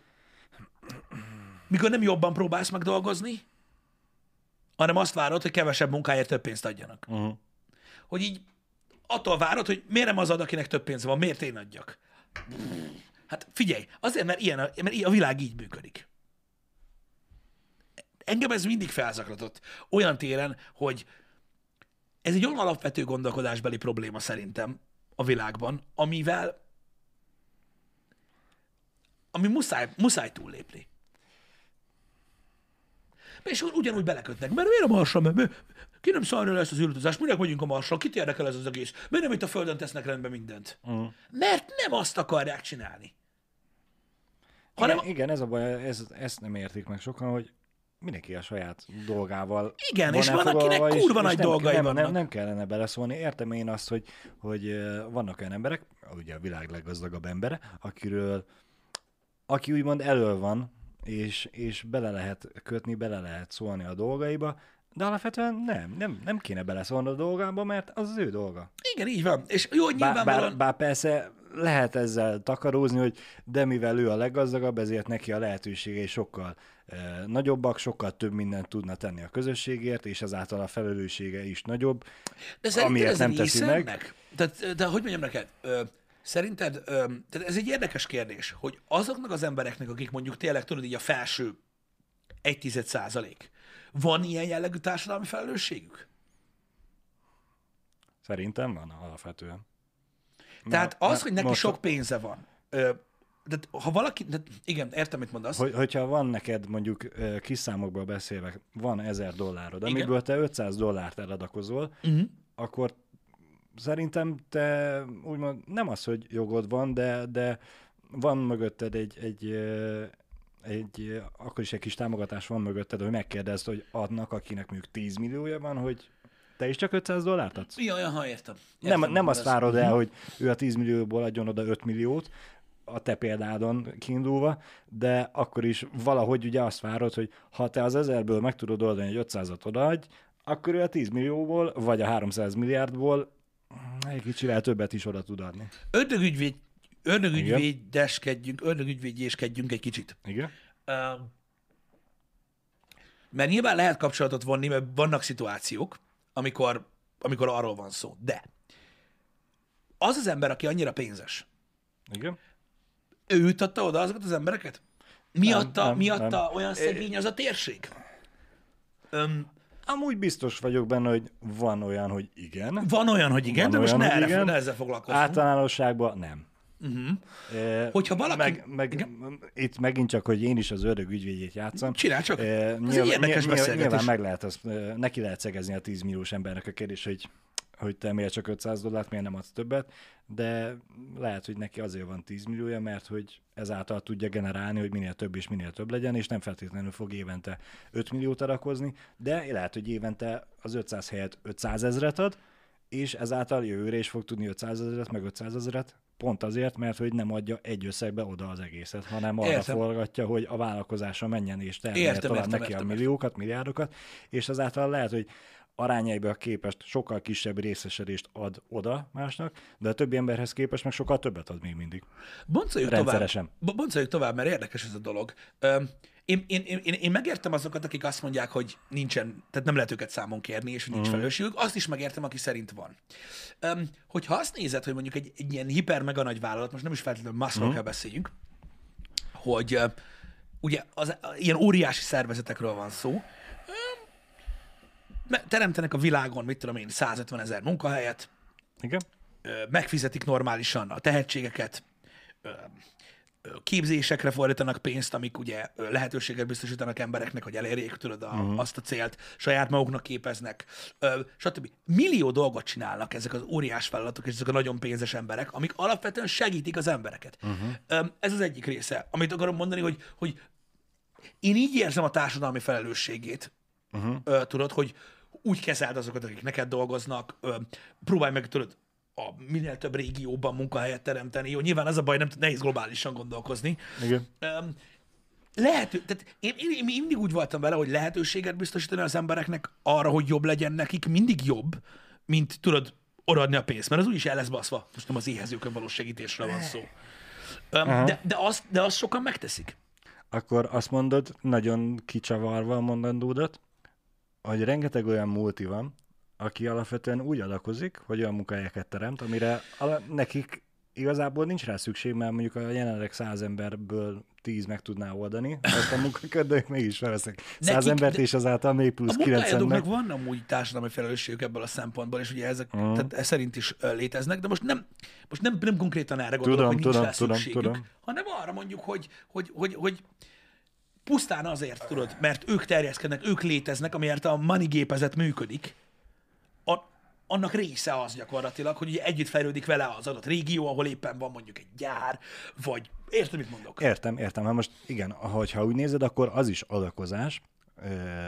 mikor nem jobban próbálsz meg dolgozni, hanem azt várod, hogy kevesebb munkáért több pénzt adjanak. Uh-huh. Hogy így attól várod, hogy miért nem az ad, akinek több pénz van, miért én adjak? Hát figyelj, azért, mert, ilyen a, mert a világ így működik. Engem ez mindig felzaklatott olyan téren, hogy ez egy olyan alapvető gondolkodásbeli probléma szerintem a világban, amivel ami muszáj, muszáj túllépni. És ugyanúgy belekötnek. Mert miért a Marsra? Mert, mert ki nem szarja ezt az űrutazást? Minek megyünk a Marsra? Kit érdekel ez az egész? Miért nem itt a Földön tesznek rendbe mindent? Uh-huh. Mert nem azt akarják csinálni. Hanem, Igen, igen, ez a baj, ez, ezt nem értik meg sokan, hogy mindenki a saját dolgával Igen, és van, elfoglalva, akinek és- kurva és nagy nem, dolgai nem, vannak. Nem, nem kellene beleszólni. Értem én azt, hogy, hogy ö, vannak olyan emberek, ugye a világ leggazdagabb embere, akiről, aki úgymond elől van, és, és bele lehet kötni, bele lehet szólni a dolgaiba, de alapvetően nem, nem, nem kéne beleszólni a dolgába, mert az az ő dolga. Igen, így van. És jó, hogy Bár, nyilvánvalóan... bár, bár persze lehet ezzel takarózni, hogy de mivel ő a leggazdagabb, ezért neki a lehetőségei sokkal e, nagyobbak, sokkal több mindent tudna tenni a közösségért, és ezáltal a felelőssége is nagyobb. De szerinted amiért ez nem része teszi meg. ennek? Tehát, de hogy mondjam neked, ö, Szerinted, öm, tehát ez egy érdekes kérdés, hogy azoknak az embereknek, akik mondjuk tényleg tudod így a felső egy tized százalék, van ilyen jellegű társadalmi felelősségük? Szerintem van alapvetően. Tehát Na, az, na, hogy neki most, sok pénze van, ö, de ha valaki, de igen, értem, mit mondasz. Hogy, hogyha van neked mondjuk ö, kis számokból beszélve, van ezer dollárod, Igen. amiből te ötszáz dollárt eladakozol, Uh-huh. akkor szerintem te úgymond nem az, hogy jogod van, de, de van mögötted egy, egy, ö, egy, akkor is egy kis támogatás van mögötted, hogy megkérdezd, hogy adnak, akinek mondjuk tíz milliója van, hogy te is csak ötszáz dollárt adsz? Ja, ja, ha értem. Nem, értem nem azt várod el, uh-huh. hogy ő a tíz millióból adjon oda öt milliót, a te példádon kiindulva, de akkor is valahogy ugye azt várod, hogy ha te az ezerből meg tudod oldani, hogy ötszázat odaadj, akkor ő a tíz millióból, vagy a háromszáz milliárdból egy kicsivel többet is oda tud adni. Ördögügyvéd, ördögügyvédeskedjünk, ördögügyvédjéskedjünk egy kicsit. Igen? Uh, mert nyilván lehet kapcsolatot vonni, mert vannak szituációk, amikor, amikor arról van szó. De az az ember, aki annyira pénzes, Igen? ő juttatta oda azokat az embereket? Miatta, nem, miatta nem. olyan szegény az a térség? Öm, Amúgy biztos vagyok benne, hogy van olyan, hogy igen. van olyan, hogy igen, Van de most olyan, ne, hogy erre, igen. ne ezzel foglalkozunk. Általánosságban nem. Uh-huh. E, Hogyha valaki... Meg, meg itt megint csak, hogy én is az ördög ügyvédjét játszom. Csinálj csak. E, Ez nyilván, egy érdekes nyilván, beszélgetés. nyilván meg lehet azt, e, neki lehet szegezni a tíz milliós embernek a kérdés, hogy, hogy te miért csak ötszáz dollárt, miért nem adsz többet, de lehet, hogy neki azért van tíz milliója, mert hogy ezáltal tudja generálni, hogy minél több és minél több legyen, és nem feltétlenül fog évente öt milliót adakozni, de lehet, hogy évente az ötszáz helyett ötszázezret ad, és ezáltal jövőre is fog tudni ötszázezret, meg ötszázezret, pont azért, mert hogy nem adja egy összegbe oda az egészet, hanem arra Értem. forgatja, hogy a vállalkozása menjen és termelje Értem, tovább értem, neki értem, a milliókat, milliárdokat, és ezáltal lehet, hogy arányaiba képest sokkal kisebb részesedést ad oda másnak, de a többi emberhez képest meg sokkal többet ad még mindig. Boncoljuk tovább. Rendszeresen. Bo- Boncoljuk tovább, mert érdekes ez a dolog. Öm, Én, én, én, én megértem azokat, akik azt mondják, hogy nincsen, tehát nem lehet őket számon kérni, és hogy nincs Mhm. felelősségük. Azt is megértem, aki szerint van. Öm, hogyha azt nézed, hogy mondjuk egy, egy ilyen hiper mega nagy vállalat, most nem is feltétlenül Muskról Mhm. kell beszéljünk, hogy ö, ugye az, ilyen óriási szervezetekről van szó, öm, me- teremtenek a világon, mit tudom én, százötven ezer munkahelyet, Igen? ö, megfizetik normálisan a tehetségeket, ö, ö, képzésekre fordítanak pénzt, amik ugye ö, lehetőséget biztosítanak embereknek, hogy elérjék tudod a, uh-huh. azt a célt, saját maguknak képeznek, ö, stb. Millió dolgot csinálnak ezek az óriás vállalatok és ezek a nagyon pénzes emberek, amik alapvetően segítik az embereket. Uh-huh. Ö, ez az egyik része, amit akarom mondani, hogy, hogy én így érzem a társadalmi felelősségét, Uh-huh. ö, tudod, hogy úgy kezeld azokat, akik neked dolgoznak, ö, próbálj meg, tudod, a minél több régióban munkahelyet teremteni. Jó, nyilván az a baj, nem nehéz globálisan gondolkozni. Igen. Um, lehető, tehát én, én, én mindig úgy voltam vele, hogy lehetőséget biztosítani az embereknek arra, hogy jobb legyen nekik, mindig jobb, mint tudod, odaadni a pénzt, mert az úgyis el lesz baszva. Most nem az éhezőkön való segítésről van szó. Um, de, de, azt, de azt sokan megteszik. Akkor azt mondod, nagyon kicsavarva a mondandódat, hogy rengeteg olyan multi van, aki alapvetően úgy adakozik, hogy olyan munkahelyeket teremt, amire ala- nekik igazából nincs rá szükség, mert mondjuk a jelenleg száz emberből tíz meg tudná oldani ezt a munkakört, de ők mégis felvesznek száz Nekik- embert, de- és azáltal még A plusz kilencven munkahelyadóknak meg. van amúgy társadalmi felelősségük ebből a szempontból, és ugye ezek Mhm. tehát ez szerint is ö, léteznek, de most nem, most nem, nem konkrétan erre gondolok, Tudom, hogy nincs tudom, rá tudom, szükségük, tudom. hanem arra mondjuk, hogy, hogy, hogy, hogy pusztán azért, tudod, mert ők terjeszkednek, ők léteznek, amiért a money gépezet működik, a, annak része az gyakorlatilag, hogy ugye együtt fejlődik vele az adott régió, ahol éppen van mondjuk egy gyár, vagy érted, mit mondok? Értem, értem. Hát most igen, ha úgy nézed, akkor az is adakozás, ö,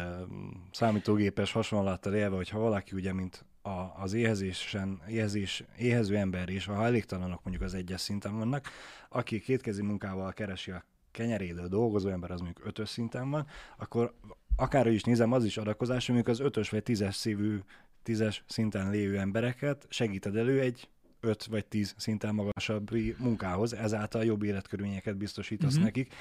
számítógépes hasonlattal élve, hogyha valaki ugye, mint a, az éhezésen, éhezés, éhező ember és a hajléktalanok mondjuk az egyes szinten vannak, aki kétkezi munkával keresi a kenyerét, a dolgozó ember az mondjuk ötös szinten van, akkor akárhogy is nézem, az is adakozás, mondjuk az ötös vagy tízes szívű, tízes szinten lévő embereket segíted elő egy öt vagy tíz szinten magasabb munkához, ezáltal jobb életkörülményeket biztosítasz Mhm. nekik.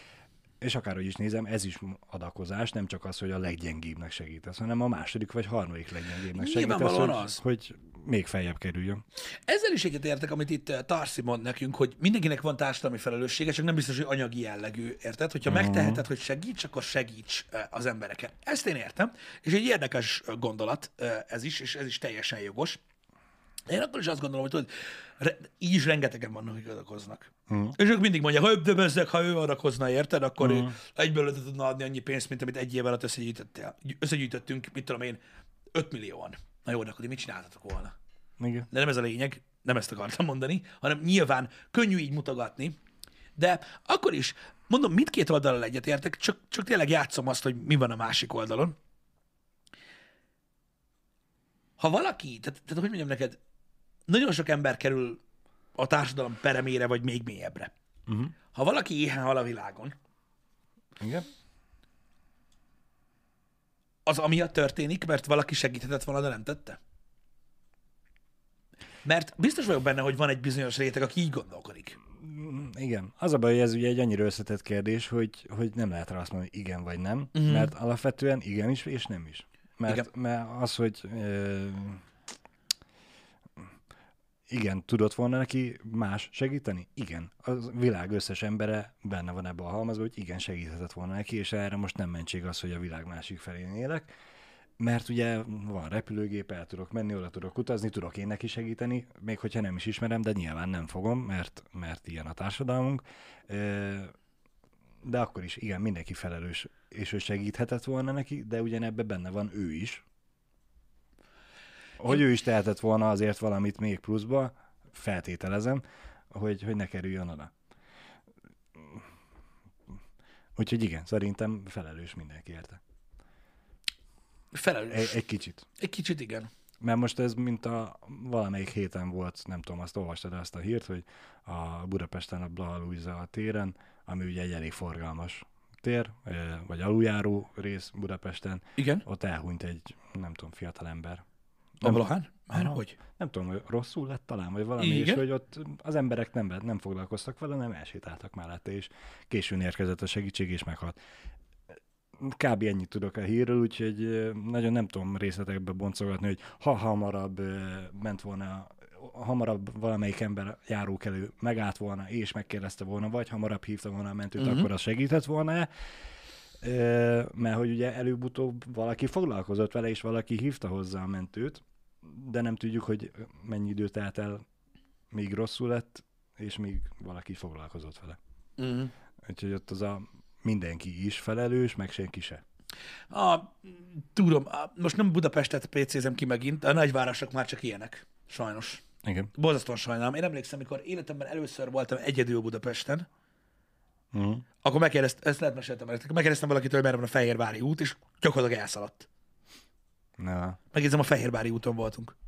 És akárhogy is nézem, ez is adakozás, nem csak az, hogy a leggyengébbnek segítesz, hanem a második vagy harmadik leggyengébbnek segítesz, Nyilvánvalóan hogy, az. hogy még feljebb kerüljön. Ezzel is egyetértek, amit itt uh, Tarsi mond nekünk, hogy mindenkinek van társadalmi felelőssége, csak nem biztos, hogy anyagi jellegű, érted? Hogyha uh-huh. megteheted, hogy segíts, akkor segíts uh, az embereken. Ezt én értem, és egy érdekes uh, gondolat uh, ez is, és ez is teljesen jogos. Én akkor is azt gondolom, hogy tudod, re, így is rengetegen vannak, akik adakoznak. Uh-huh. És ők mindig mondják, ha ő bezzeg, ha ő adakozna, érted, akkor uh-huh. ő egyből le tudna adni annyi pénzt, mint amit egy év alatt összegyűjtöttél. Összegyűjtöttünk, mit tudom én, öt millióan. Na jó, de akkor mit csináltatok volna? Igen. De nem ez a lényeg, nem ezt akartam mondani, hanem nyilván könnyű így mutogatni, de akkor is, mondom, mindkét oldalon egyetértek, csak, csak tényleg játszom azt, hogy mi van a másik oldalon. Ha valaki, tehát, tehát hogy mondjam neked, nagyon sok ember kerül a társadalom peremére, vagy még mélyebbre. Uh-huh. Ha valaki éhen hal a világon, igen. az amiatt történik, mert valaki segíthetett volna, de nem tette? Mert biztos vagyok benne, hogy van egy bizonyos réteg, aki így gondolkodik. Igen. Az a baj, hogy ez ugye egy annyira összetett kérdés, hogy, hogy nem lehet rá azt mondani, hogy igen vagy nem, uh-huh. mert alapvetően igen is, és nem is. Mert, mert az, hogy ö, igen, tudott volna neki más segíteni? Igen. A világ összes embere benne van ebbe a halmazban, hogy igen, segíthetett volna neki, és erre most nem mentség az, hogy a világ másik felén élek. Mert ugye van repülőgép, el tudok menni, oda tudok utazni, tudok én neki segíteni, még hogyha nem is ismerem, de nyilván nem fogom, mert, mert ilyen a társadalmunk. De akkor is, igen, mindenki felelős, és ő segíthetett volna neki, de ugyanebben benne van ő is. Hogy ő is tehetett volna azért valamit még pluszba, feltételezem, hogy, hogy ne kerüljön oda. Úgyhogy igen, szerintem felelős mindenki érte. Felelős. Egy, egy kicsit. Egy kicsit, igen. Mert most ez, mint a valamelyik héten volt, nem tudom, azt olvastad azt a hírt, hogy a Budapesten a Blaha Lujza téren, ami ugye egy elég forgalmas tér, vagy aluljáró rész Budapesten. Igen. Ott elhunyt egy, nem tudom, fiatal ember. A Blahán? Már hogy? Nem tudom, hogy rosszul lett talán, vagy valami, igen. és hogy ott az emberek nem, nem foglalkoztak vele, nem elsétáltak mellette, és későn érkezett a segítség, és meghalt. Kb. Ennyit tudok a hírről, úgyhogy nagyon nem tudom részletekbe boncogatni, hogy ha hamarabb ment volna, hamarabb valamelyik ember járókelő megállt volna, és megkérdezte volna, vagy hamarabb hívta volna a mentőt, uh-huh. akkor az segített volna, mert hogy ugye előbb-utóbb valaki foglalkozott vele, és valaki hívta hozzá a mentőt, de nem tudjuk, hogy mennyi időt telt el, míg rosszul lett, és míg valaki foglalkozott vele. Uh-huh. Úgyhogy ott az a mindenki is felelős, meg senki se. A, tudom, a, most nem Budapestet pécézem ki megint, a nagyvárosok már csak ilyenek, sajnos. Igen. Borzasztóan sajnálom. Én emlékszem, amikor életemben először voltam egyedül Budapesten, uh-huh. akkor megkérdeztem, ezt lehet meséltem, megkérdeztem valakitől, hogy merre van a Fehérvári út, és gyakorlatilag elszaladt. Na. Megkérdezem, a Fehérvári úton voltunk.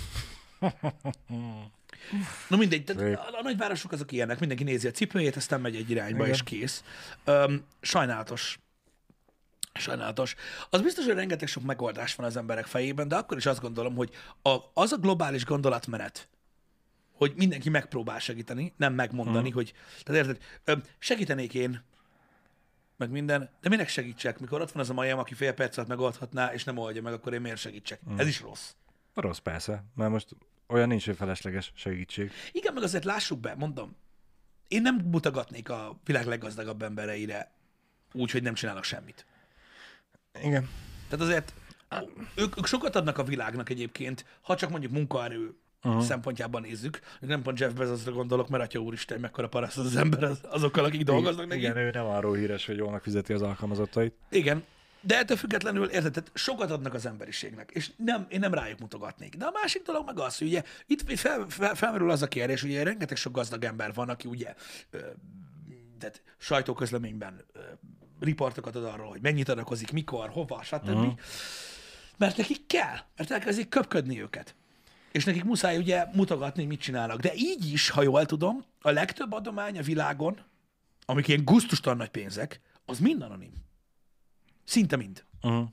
Na mindegy, tehát a, a nagyvárosok azok ilyenek, mindenki nézi a cipőjét, aztán megy egy irányba, igen. És kész. Um, sajnálatos. Sajnálatos. Az biztos, hogy rengeteg sok megoldás van az emberek fejében, de akkor is azt gondolom, hogy a, az a globális gondolatmenet, hogy mindenki megpróbál segíteni, nem megmondani, hmm. hogy, tehát érted, segítenék én, meg minden, de minek segítsek, mikor ott van az a majom, aki fél perc alatt megoldhatná, és nem oldja meg, akkor én miért segítsek? Hmm. Ez is rossz. Rossz persze, mert most olyan nincs, hogy felesleges segítség. Igen, meg azért lássuk be, mondom, én nem mutogatnék a világ leggazdagabb embereire úgy, hogy nem csinálnak semmit. Igen. Tehát azért ők, ők sokat adnak a világnak egyébként, ha csak mondjuk munkaerő uh-huh. szempontjában nézzük. Nem pont Jeff Bezosra gondolok, mert atya úristen, mekkora paraszt az, az ember az, azokkal, akik dolgoznak neki. Igen, ő nem arról híres, hogy jól megfizeti az alkalmazottait. Igen, de ettől függetlenül, érted, tehát sokat adnak az emberiségnek, és nem, én nem rájuk mutogatnék. De a másik dolog meg az, hogy ugye itt fel, fel, felmerül az a kérdés, ugye rengeteg sok gazdag ember van, aki ugye ö, tehát sajtóközleményben ö, riportokat ad arról, hogy mennyit adakozik, mikor, hova, stb. Uh-huh. Mert nekik kell, mert elkezdik köpködni őket. És nekik muszáj ugye mutogatni, mit csinálnak. De így is, ha jól tudom, a legtöbb adomány a világon, amik ilyen gusztustalan nagy pénzek, az mind anonim. Szinte mind. Uh-huh.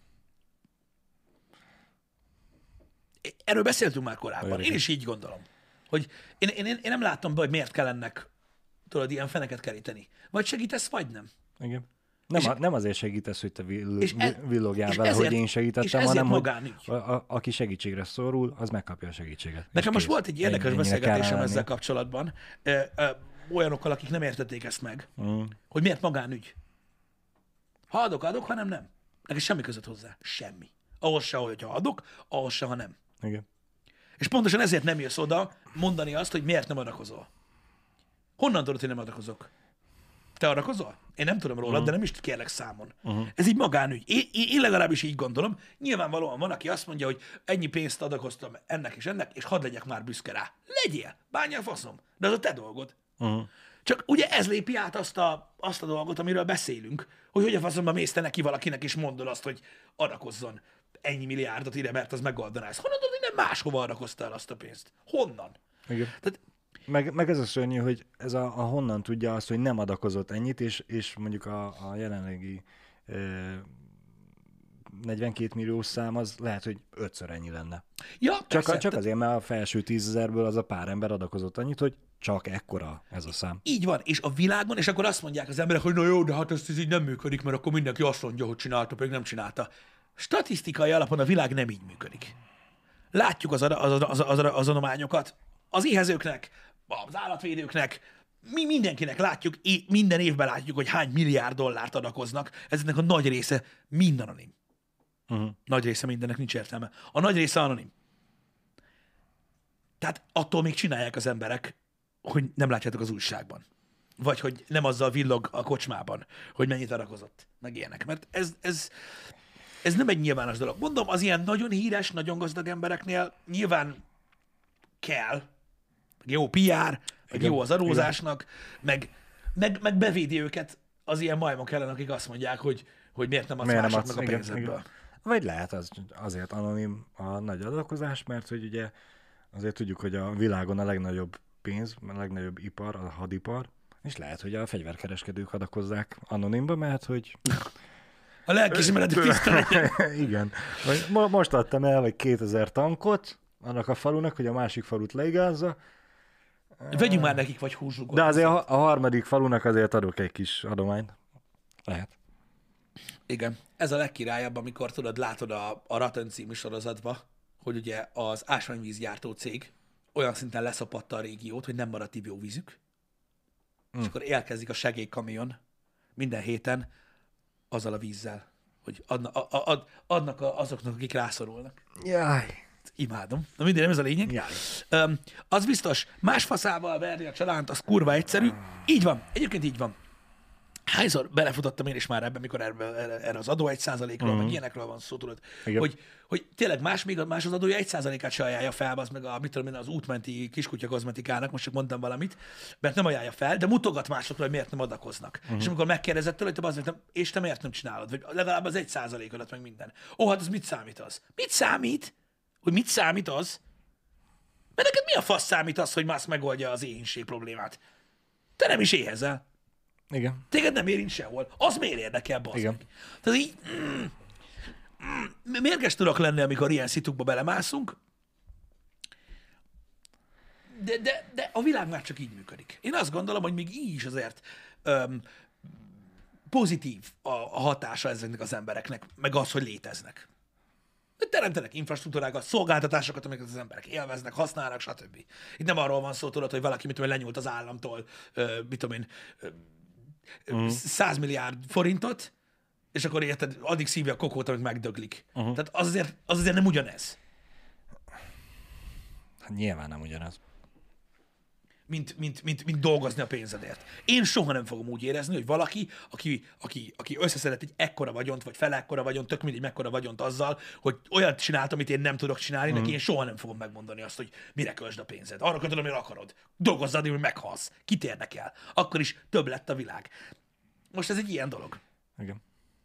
Erről beszéltünk már korábban. Olyan én is így gondolom. Hogy én, én, én nem látom be, hogy miért kell ennek tudod, ilyen feneket keríteni. Vagy segítesz, vagy nem. Igen. Nem, és, a, nem azért segítesz, hogy te vill, és e, villogjál és vele, ezért, hogy én és segítettem, ezért hanem magánügy. hogy a, a, aki segítségre szorul, az megkapja a segítséget. Nekem most kész. volt egy érdekes Ennyi- ennyire beszélgetésem kell ezzel lenni. kapcsolatban, ö, ö, olyanokkal, akik nem értették ezt meg, Mm. hogy miért magánügy. Ha adok, adok, ha nem, nem. Nekem semmi között hozzá. Semmi. Ahhoz se, hogyha adok, ahhoz se, ha nem. Igen. És pontosan ezért nem jössz oda mondani azt, hogy miért nem adakozol. Honnan tudod, hogy nem adakozok? Te adakozol? Én nem tudom rólad, uh-huh. de nem is kérlek számon. Uh-huh. Ez így magánügy. Én, én, én legalábbis így gondolom. Nyilvánvalóan van, aki azt mondja, hogy ennyi pénzt adakoztam ennek és ennek, és hadd legyek már büszke rá. Legyél, bánja a faszom. De az a te dolgod. Uh-huh. Csak ugye ez lépi át azt a, azt a dolgot, amiről beszélünk, hogy hogy a faszomban mész te neki valakinek, és mondod azt, hogy adakozzon ennyi milliárdot ide, mert az megoldaná ezt. Honnan tudod, hogy nem máshova adakoztál azt a pénzt? Honnan? Igen. Tehát, Meg, meg ez a szörnyű, hogy ez a, a honnan tudja azt, hogy nem adakozott ennyit, és, és mondjuk a, a jelenlegi e, negyvenkét milliós szám az lehet, hogy ötször ennyi lenne. ja, Csak, persze, csak azért, mert a felső tízezerből az a pár ember adakozott annyit, hogy csak ekkora ez a szám. így van, és a világon, és akkor azt mondják az emberek, hogy na jó, de hát ez, ez így nem működik, mert akkor mindenki azt mondja, hogy csinálta, pedig nem csinálta. Statisztikai alapon a világ nem így működik. Látjuk az, az, az, az, az, az adományokat, az éhezőknek, az állatvédőknek, mi mindenkinek látjuk, é- minden évben látjuk, hogy hány milliárd dollárt adakoznak, ezeknek a nagy része mind anonim. Uh-huh. Nagy része mindennek nincs értelme. A nagy része anonim. Tehát attól még csinálják az emberek, hogy nem látjátok az újságban. Vagy hogy nem azzal villog a kocsmában, hogy mennyit adakozott, meg ilyenek. Mert ez, ez, ez nem egy nyilvános dolog. Mondom, az ilyen nagyon híres, nagyon gazdag embereknél nyilván kell, meg jó pé er, meg Igen. jó az adózásnak, meg, meg, meg bevédi őket az ilyen majmok ellen, akik azt mondják, hogy, hogy miért nem adsz Miért nem másoknak adsz? a Igen, pénzedből. igen. Vagy lehet az, azért anonim a nagy adakozás, mert hogy ugye azért tudjuk, hogy a világon a legnagyobb pénz, a legnagyobb ipar, a hadipar, és lehet, hogy a fegyverkereskedők adakozzák anonimba, mert hogy... A lelkiismeretük tiszta legyen. Igen. Mo- most adtam el, vagy kétezer tankot annak a falunak, hogy a másik falut leigázza, Vegyünk már nekik, vagy húzzuk. de azért a, a harmadik falunak azért adok egy kis adományt. Lehet. Igen. Ez a legkirályabb, amikor tudod, látod a, a Ratten című sorozatba, hogy ugye az ásványvízgyártó cég olyan szinten leszapadta a régiót, hogy nem maradt ivóvízük, mm. és akkor elkezdik a segélykamion minden héten azzal a vízzel, hogy adna, a, a, ad, adnak a, azoknak, akik rászorulnak. Jaj. Imádom. Na mindegy, nem ez a lényeg. Jaj. Um, az biztos, más faszával verni a csalánt, az kurva egyszerű. Így van. Egyébként így van. Hányszor belefutottam én is már ebben, mikor erre, erre az adó egy százalékról, uh-huh. meg ilyenekről van szó, tudod, hogy, hogy tényleg más, még más az adója egy százalékát se ajánlja fel, az meg a, mit tudom én, az útmenti kiskutya kozmetikának, most csak mondtam valamit, mert nem ajánlja fel, de mutogat másokra, hogy miért nem adakoznak. Uh-huh. És amikor megkérdezett tőle, hogy te az, nem, és te miért nem csinálod, vagy legalább az egy százalékodat, meg minden. Ó, hát az mit számít az? Mit számít? Hogy mit számít az? Mert neked mi a fasz számít az, hogy más megoldja az éhínség problémát? Te nem is éhezel. Igen. Téged nem érint sehol. Az miért érdekel, bazd Igen. meg? Tehát így... Mm, mm, mérges tudok lenni, amikor ilyen szitukba belemászunk, de, de, de a világ már csak így működik. Én azt gondolom, hogy még így is azért öm, pozitív a, a hatása ezeknek az embereknek, meg az, hogy léteznek. Teremtenek infrastruktúrákat, szolgáltatásokat, amiket az emberek élveznek, használnak, stb. Itt nem arról van szó, tudod, hogy valaki, mit tudom én, lenyúlt az államtól, ö, mit tudom én, uh-huh. száz milliárd forintot, és akkor érted, addig szívja a kokót, amíg megdöglik. Uh-huh. Tehát az azért, az azért nem ugyanez. Hát nyilván nem ugyanaz. Mint, mint, mint, mint dolgozni a pénzedért. Én soha nem fogom úgy érezni, hogy valaki, aki, aki, aki összeszedett egy ekkora vagyont, vagy fele ekkora vagyont, tök mindegy mekkora vagyont azzal, hogy olyat csinált, amit én nem tudok csinálni, mm. neki én soha nem fogom megmondani azt, hogy mire költsd a pénzed. Arra kötöd, amire akarod. Dolgozzad, hogy meghalsz. Kit érdekel? Akkor is több lett a világ. Most ez egy ilyen dolog. Igen.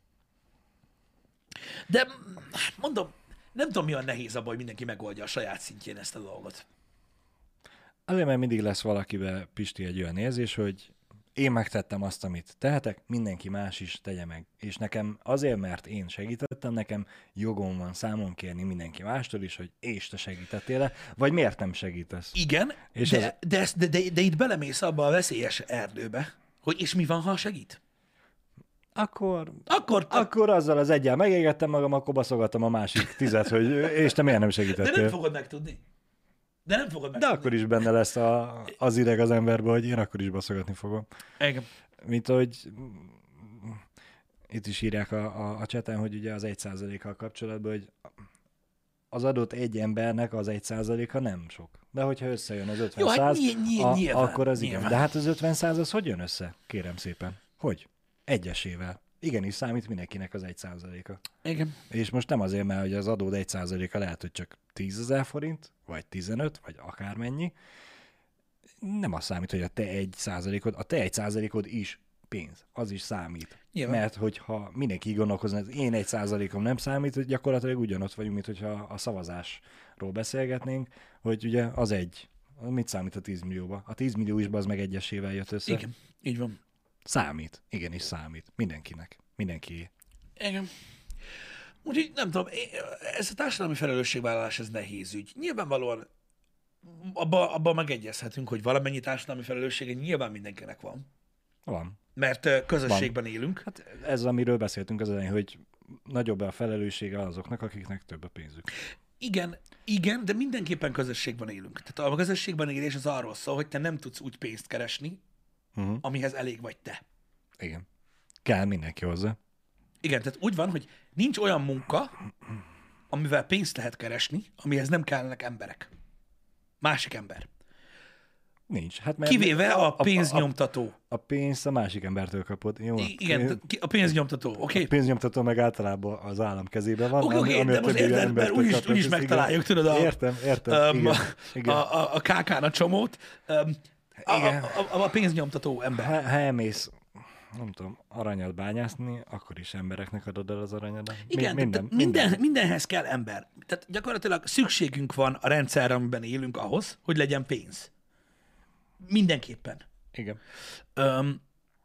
De mondom, nem tudom, mi a nehéz abban, hogy mindenki megoldja a saját szintjén ezt a dolgot. Azért, mert mindig lesz valakibe, Pisti, egy olyan érzés, hogy én megtettem azt, amit tehetek, mindenki más is tegye meg. És nekem azért, mert én segítettem, nekem jogom van számon kérni mindenki mástól is, hogy és te segítettél-e, vagy miért nem segítesz. Igen, És de, ez... de, de, de, de itt belemész abba a veszélyes erdőbe, hogy és mi van, ha segít? Akkor, Akkor, te, akkor azzal az egyel megégettem magam, akkor baszogattam a másik tizet, hogy és te miért nem de nem segítettél. fogod megtudni. De nem fogod De megtudni. akkor is benne lesz a, az ideg az emberbe, hogy én akkor is baszogatni fogom. Igen. Mint hogy itt is írják a, a, a cseten, hogy ugye az egy százalékkal kapcsolatban, hogy az adott egy embernek az egy százaléka nem sok. De hogyha összejön az ötven Jó, hát száz, ny- ny- a, nyilván, akkor az nyilván. igen. De hát az ötven száz az hogy jön össze? Kérem szépen. Hogy? Egyesével. Igenis számít mindenkinek az egy százaléka. Igen. És most nem azért, mert hogy az adód egy százaléka lehet, hogy csak tízezer forint, vagy tizenöt, vagy akármennyi. Nem az számít, hogy a te egy százalékod, a te egy százalékod is pénz. Az is számít. Nyilván. Mert hogyha mindenki így gondolkozna, az én egy százalékom nem számít, hogy gyakorlatilag ugyanott vagyunk, mint hogyha a szavazásról beszélgetnénk, hogy ugye az egy. Mit számít a tíz millióba? A tíz millió is az meg egyesével jött össze. Igen. Így van. Számít. Igenis számít. Mindenkinek. Mindenki. Igen. Úgyhogy nem tudom, én- ez a társadalmi felelősségvállalás, ez nehéz ügy. Nyilvánvalóan abban abba megegyezhetünk, hogy valamennyi társadalmi felelőssége nyilván mindenkinek van. Van. Mert ö, közösségben élünk. Hát ez, amiről beszéltünk az elején, hogy nagyobb a felelőssége azoknak, akiknek több a pénzük. Igen, igen, de mindenképpen közösségben élünk. Tehát a közösségben élés az arról szól, hogy te nem tudsz úgy pénzt keresni, Uh-huh. amihez elég vagy te. Igen. Kell mindenki hozzá. Igen, tehát úgy van, hogy nincs olyan munka, amivel pénzt lehet keresni, amihez nem kellenek emberek. Másik ember. Nincs. Hát mert Kivéve a a, pénznyomtató. a pénzt a másik embertől kapod. Jó? I- Igen, tehát ki- a pénznyomtató, oké? A pénznyomtató meg általában az állam kezében van. Oké, ami- oké, ami de a most többi érted, mert embertől úgyis, kapod, úgyis ez megtaláljuk, igen. tudod, a, Értem, értem. um, igen, a, igen. a, a kákán a csomót, um, a, Igen. a, a, a pénznyomtató ember. Ha, ha elmész, nem tudom, aranyat bányászni, akkor is embereknek adod el az aranyadat. Mi- Igen, minden, minden, minden, mindenhez kell ember. Tehát gyakorlatilag szükségünk van a rendszerre, amiben élünk ahhoz, hogy legyen pénz. Mindenképpen. Igen. Öm,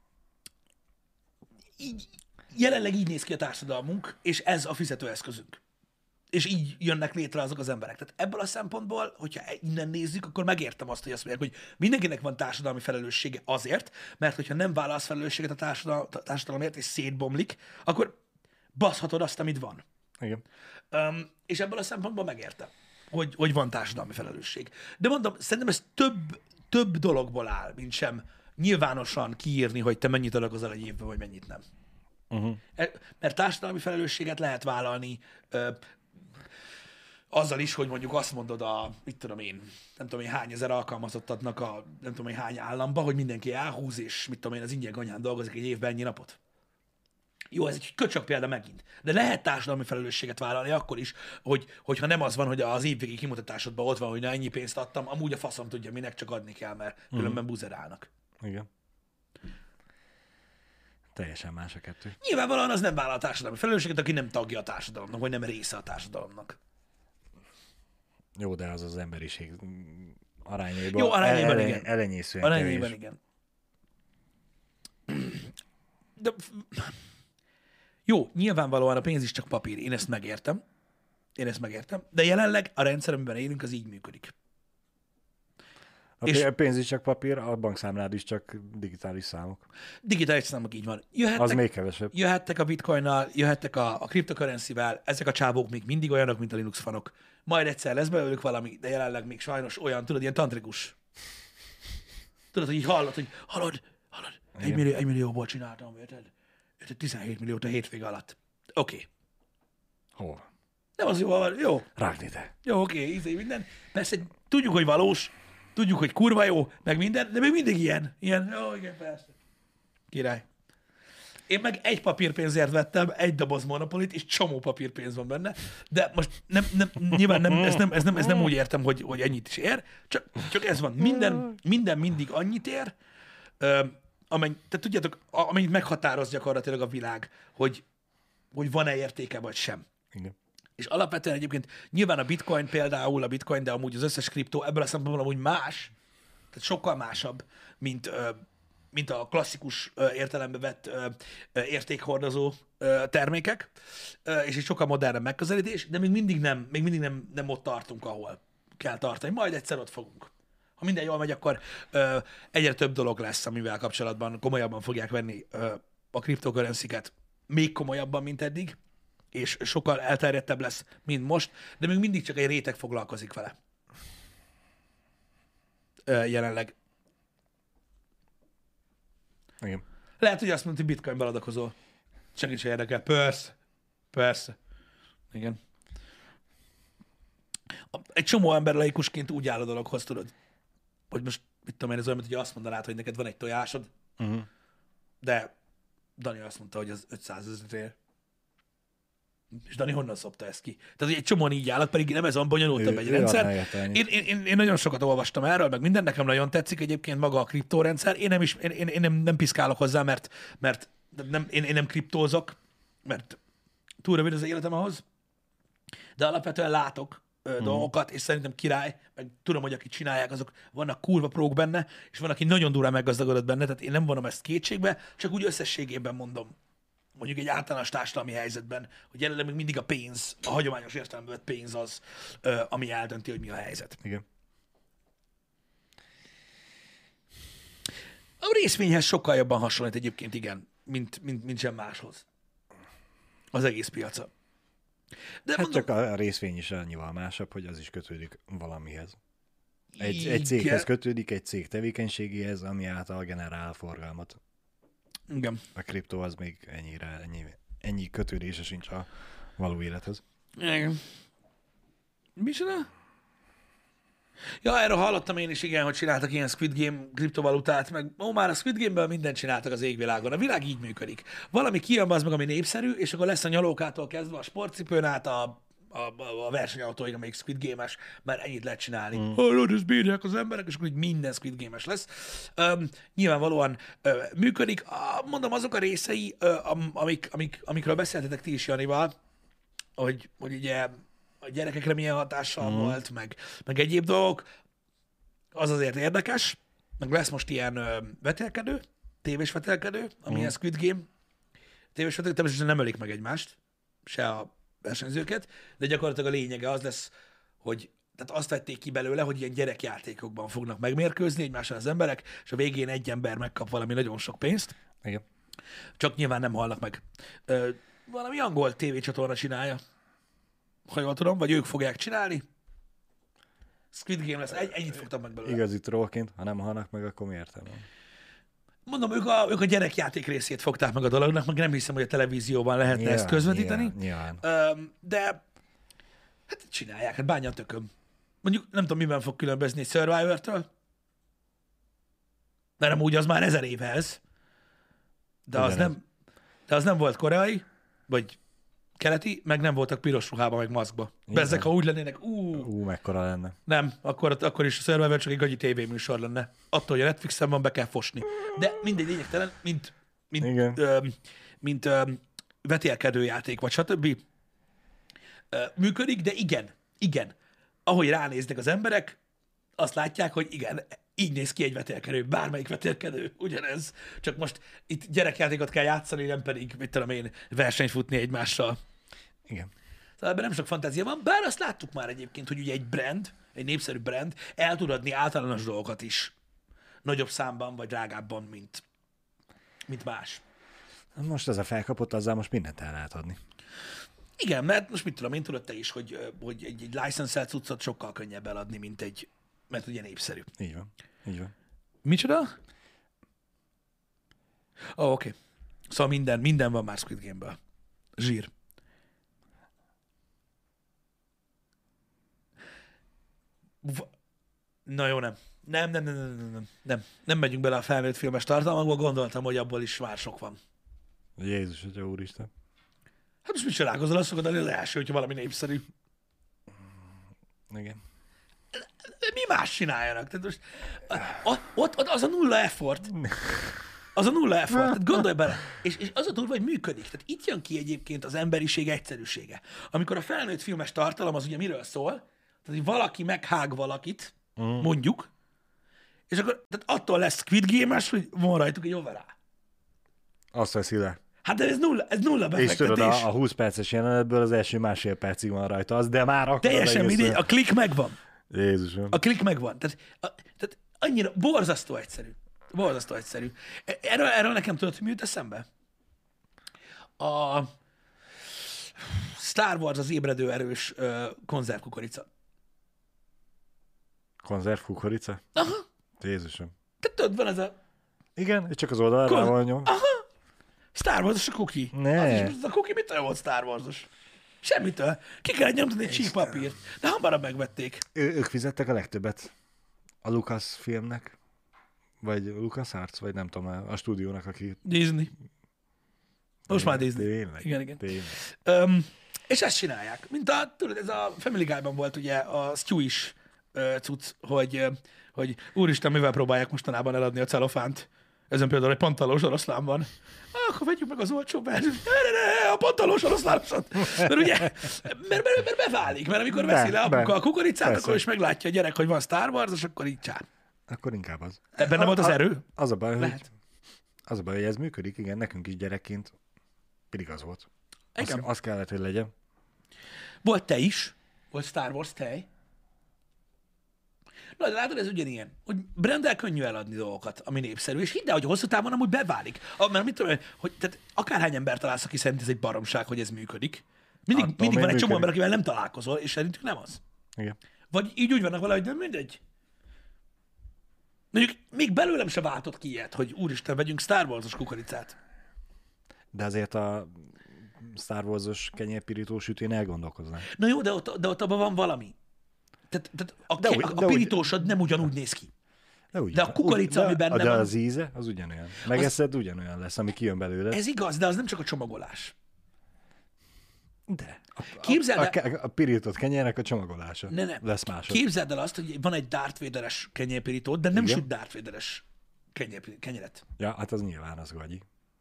így, jelenleg így néz ki a társadalmunk, és ez a fizetőeszközünk. És így jönnek létre azok az emberek. Tehát ebből a szempontból, hogyha innen nézzük, akkor megértem azt, hogy azt mondják, hogy mindenkinek van társadalmi felelőssége azért, mert hogyha nem vállalsz felelősséget a társadal- a társadalomért, és szétbomlik, akkor baszhatod azt, amit van. Igen. Um, és ebből a szempontból megértem, hogy, hogy van társadalmi felelősség. De mondom, szerintem ez több, több dologból áll, mint sem nyilvánosan kiírni, hogy te mennyit adakozol egy évben, vagy mennyit nem. Uh-huh. E- Mert társadalmi felelősséget lehet vállalni ö, azzal is, hogy mondjuk azt mondod a, mit tudom én, nem tudom én hány ezer alkalmazottadnak a, nem tudom én hány államba, hogy mindenki elhúz, és mit tudom én, az ingyen ganyán dolgozik egy évben ennyi napot. Jó, ez egy köcsög példa megint. De lehet társadalmi felelősséget vállalni akkor is, hogy, hogyha nem az van, hogy az évvégi kimutatásodban ott van, hogy na ennyi pénzt adtam, amúgy a faszom tudja, minek csak adni kell, mert különben buzerálnak. Igen. Teljesen más a kettő. Nyilvánvalóan az nem vállal társadalmi felelősséget, aki nem tagja a társadalomnak, vagy nem része a társadalomnak. Jó, de az az emberiség arányaiban, Jó, arányaiban ele- igen. elenyészően Arányében kevés. igen. De jó, nyilvánvalóan a pénz is csak papír, én ezt megértem. Én ezt megértem. De jelenleg a rendszer, amiben élünk, az így működik. A És- és... pénz is csak papír, a bankszámlád is csak digitális számok. Digitális számok így van. Jöhettek, Az még kevesebb. jöhettek a bitcoinnal, jöhettek a, a cryptocurrency-vel, ezek a csávók még mindig olyanok, mint a Linux fanok. Majd egyszer lesz belőlük valami, de jelenleg még sajnos olyan, tudod, ilyen tantrikus. Tudod, hogy így hallod, hogy hallod, hallod, egy, millió, egy millióból csináltam, érted? Érted, tizenhét milliót a hétvége alatt. Oké. Okay. Hol? Nem az jó, van, jó. Rágni te. Jó, oké, okay, ízé minden. Persze tudjuk, hogy valós, tudjuk, hogy kurva jó, meg minden, de még mindig ilyen. Ilyen, jó, igen, persze. Király. Én meg egy papírpénzért vettem egy doboz monopolit, és csomó papírpénz van benne, de most nem, nem, nyilván nem, ez, nem, ez, nem, ez nem úgy értem, hogy, hogy ennyit is ér, csak, csak ez van. Minden, minden mindig annyit ér, ö, amennyi, tehát tudjátok, a- amennyit meghatároz gyakorlatilag a világ, hogy, hogy van-e értéke vagy sem. Igen. És alapvetően egyébként nyilván a bitcoin például, a bitcoin, de amúgy az összes kriptó ebből a szempontból amúgy más, tehát sokkal másabb, mint, ö, mint a klasszikus ö, értelembe vett ö, ö, értékhordozó ö, termékek, ö, és egy sokkal modernebb megközelítés, de még mindig nem, még mindig nem, nem ott tartunk, ahol kell tartani. Majd egyszer ott fogunk. Ha minden jól megy, akkor ö, egyre több dolog lesz, amivel kapcsolatban komolyabban fogják venni ö, a kriptokörensziket még komolyabban, mint eddig, és sokkal elterjedtebb lesz, mint most, de még mindig csak egy réteg foglalkozik vele. Ö, jelenleg. Igen. Lehet, hogy azt mondta, hogy bitcoinban adakozol. Senki sem érdekel. Persze. Persze. Igen. Egy csomó ember laikusként úgy áll a dologhoz, tudod, hogy most, mit tudom én, ez olyan, mint hogy azt mondanád, hogy neked van egy tojásod, Uh-huh. de Dani azt mondta, hogy az ötszázezrél. És Dani honnan szopta ezt ki? Tehát, hogy egy csomóan így állnak, pedig nem ez van bonyolultabb egy ő rendszer. ad Én, én, én, én, nagyon sokat olvastam erről, meg minden nekem nagyon tetszik egyébként maga a kriptórendszer. Én nem is, én, én, én nem, nem piszkálok hozzá, mert, mert nem, én, én nem kriptózok, mert túl rövid az életem ahhoz, de alapvetően látok ö, dolgokat, és szerintem király, meg tudom, hogy akik csinálják, azok vannak kurva prók benne, és van, aki nagyon durán meggazdagodott benne, tehát én nem vonom ezt kétségbe, csak úgy összességében mondom, mondjuk egy általános társadalmi helyzetben, hogy jelenleg még mindig a pénz, a hagyományos értelemben vett pénz az, ö, ami eldönti, hogy mi a helyzet. Igen. A részvényhez sokkal jobban hasonlít egyébként, igen, mint, mint, mint sem máshoz. Az egész piaca. De Hát mondom, csak a részvény is annyival másabb, hogy az is kötődik valamihez. Egy, igen. egy céghez kötődik, egy cég tevékenységéhez, ami által generál forgalmat. Igen. A kriptó az még ennyire, ennyi, ennyi kötődése sincs a való élethez. Igen. Micsoda? Ja, erről hallottam én is, igen, hogy csináltak ilyen Squid Game kriptovalutát, meg ó, már a Squid Game-ből mindent csináltak az égvilágon. A világ így működik. Valami kijön az meg, ami népszerű, és akkor lesz a nyalókától kezdve a sportcipőn át a, a, a versenyautóig, amelyik Squid Game-es, mert ennyit lehet csinálni. Mm. Hallod, ezt bírják az emberek, és akkor így minden Squid Game-es lesz. Um, nyilvánvalóan uh, működik. Uh, mondom, azok a részei, uh, am, amik, amik, amikről beszéltetek ti is Janival, hogy, hogy ugye a gyerekekre milyen hatással mm. volt, meg, meg egyéb dolgok, az azért érdekes, meg lesz most ilyen ö, vetélkedő, tévés vetélkedő, ami mm. a Squid Game. Tévés vetélkedő, természetesen nem ölik meg egymást, se a versenyzőket, de gyakorlatilag a lényege az lesz, hogy tehát azt vették ki belőle, hogy ilyen gyerekjátékokban fognak megmérkőzni egymással az emberek, és a végén egy ember megkap valami nagyon sok pénzt. Igen. Csak nyilván nem halnak meg. Ö, valami angol tévécsatorna csinálja, ha jól tudom, vagy ők fogják csinálni. Squid Game lesz, egy, ennyit fogtam meg belőle. Igazi trollként, ha nem halnak meg, akkor mi értelme? Mondom, ők a, ők a gyerekjáték részét fogták meg a dolognak, meg nem hiszem, hogy a televízióban lehetne Nyilván, ezt közvetíteni. Nyilván, nyilván. Öm, de hát csinálják, hát bánja a tököm. Mondjuk nem tudom, miben fog különbözni egy Survivor-től, mert amúgy az már ezer éve ez. De az, nem, de az nem volt koreai, vagy keleti, meg nem voltak piros ruhában, meg maszkba. Bezzek, ha úgy lennének, ú, Ú, mekkora lenne. nem, akkor, akkor is a Survivor csak egy gagyi tévéműsor lenne. Attól, hogy a Netflixen van, be kell fosni. De mindegy lényegtelen, mint, mint, ö, mint ö, vetélkedő játék, vagy stb. Ö, működik, de igen, igen. Ahogy ránéznek az emberek, azt látják, hogy igen, így néz ki egy vetélkedő, bármelyik vetélkedő, ugyanez. Csak most itt gyerekjátékot kell játszani, nem pedig, mit tudom én, versenyt futni egymással. Igen. Szóval ebben nem sok fantázia van, bár azt láttuk már egyébként, hogy ugye egy brand, egy népszerű brand el tud adni általános dolgokat is. Nagyobb számban, vagy drágábban, mint, mint más. Most ez a felkapott, azzal most mindent el lehet adni. Igen, mert most mit tudom, én tudod te is, hogy, hogy egy, egy license-elt cuccot sokkal könnyebb eladni, mint egy, mert ugye népszerű. Így van. Így van. Micsoda? Ó, oh, oké. Okay. Szóval minden, minden van már Squid Game-ből. Zsír. Na jó, nem. Nem, nem, nem, nem, nem, nem, nem. Nem megyünk bele a felnőtt filmes tartalmakba, gondoltam, hogy abból is már sok van. Jézus, Atya úristen. Hát most mit csinálkozol, azt fogod adni az első, hogyha valami népszerű. Igen. Mi más csináljanak? Tehát most, ott, ott, ott az a nulla effort. Az a nulla effort. Tehát gondolj bele. És, és az a durva, hogy működik. Tehát itt jön ki egyébként az emberiség egyszerűsége. Amikor a felnőtt filmes tartalom az ugye miről szól, tehát hogy valaki meghág valakit, mm. mondjuk, és akkor tehát attól lesz Squid Game-es, hogy van rajtuk egy overá. Azt veszi le. Hát de ez nulla, ez nulla befektetés. És tudod, a, a húsz perces jelenetből az első másfél percig van rajta az, de már akkor teljesen mindegy, a klik megvan. Jézusom. A klik megvan. Tehát, a, tehát annyira borzasztó egyszerű. Borzasztó egyszerű. Erről, erről nekem tudod, hogy mi jut eszembe? A Star Wars az ébredő erős ö, konzervkukorica. Konzerv kukorica? Aha. Jézusom. Te tudod, van ez a Igen, csak az oldalra Kon- van nyom. Aha. Star Wars-os a kuki. Ne. Az is, az a kuki mitől volt Star Wars-os? Semmitől. Ki kellett nyomtatni egy csík papírt. De hamarabb megvették. Ő, ők fizettek a legtöbbet a Lucas filmnek, vagy Lucas Arts, vagy nem tudom, a stúdiónak, aki... Disney. Most már Disney. Tényleg? Igen, igen. Tényleg. Öm, és ezt csinálják. Mint a, tudod, ez a Family Guy-ban volt ugye a Stewie-s ö, cucc, hogy, ö, hogy úristen, mivel próbálják mostanában eladni a celofánt. Ezen például egy pantalós oroszlán van. Ah, akkor vegyük meg az olcsó ne, ne, ne, a pantalós oroszlánosat. Mert ugye, mert, mert, mert beválik, mert amikor Be, veszi le apuka be. a kukoricát, Persze. akkor is meglátja a gyerek, hogy van Star Wars, és akkor így csár. Akkor inkább az. Ebben nem volt az erő? Az a baj, hogy, Lehet. az a baj, hogy ez működik, igen, nekünk is gyerekként pedig az volt. Az, Igen. az kellett, hogy legyen. Volt te is, volt Star Wars tej. Na, de látod, ez ugyanilyen, hogy brandel könnyű eladni dolgokat, ami népszerű, és hidd el, hogy hosszú távon amúgy beválik. A, mert mit tudom, én, hogy tehát akárhány ember találsz, aki szerint ez egy baromság, hogy ez működik. Mindig, Attól mindig még van egy csomó működik. ember, akivel nem találkozol, és szerintük nem az. Igen. Vagy így úgy vannak valahogy, nem mindegy. Mondjuk még belőlem se váltott ki ilyet, hogy úristen, vegyünk Star Wars-os kukoricát. De azért a Star Wars-os kenyérpirító sütén elgondolkoznám. Na jó, de ott, de ott abban van valami. Tehát, tehát a, De de úgy- a, de a úgy- pirítósod nem ugyanúgy néz ki. De, úgy, De a kukorica, úgy, ami de, benne de van- az íze, az ugyanolyan. Megeszed, ugyanolyan lesz, ami kijön belőle. Ez igaz, de az nem csak a csomagolás. De. A, Képzeld a, el- a, a, a pirított kenyérnek a csomagolása Ne, ne. lesz másod. Képzeld el azt, hogy van egy Darth Vader-es kenyérpirítód, de nem Igen. süt Darth Vader-es kenyérpir- kenyeret. Ja, hát az nyilván az gagyi.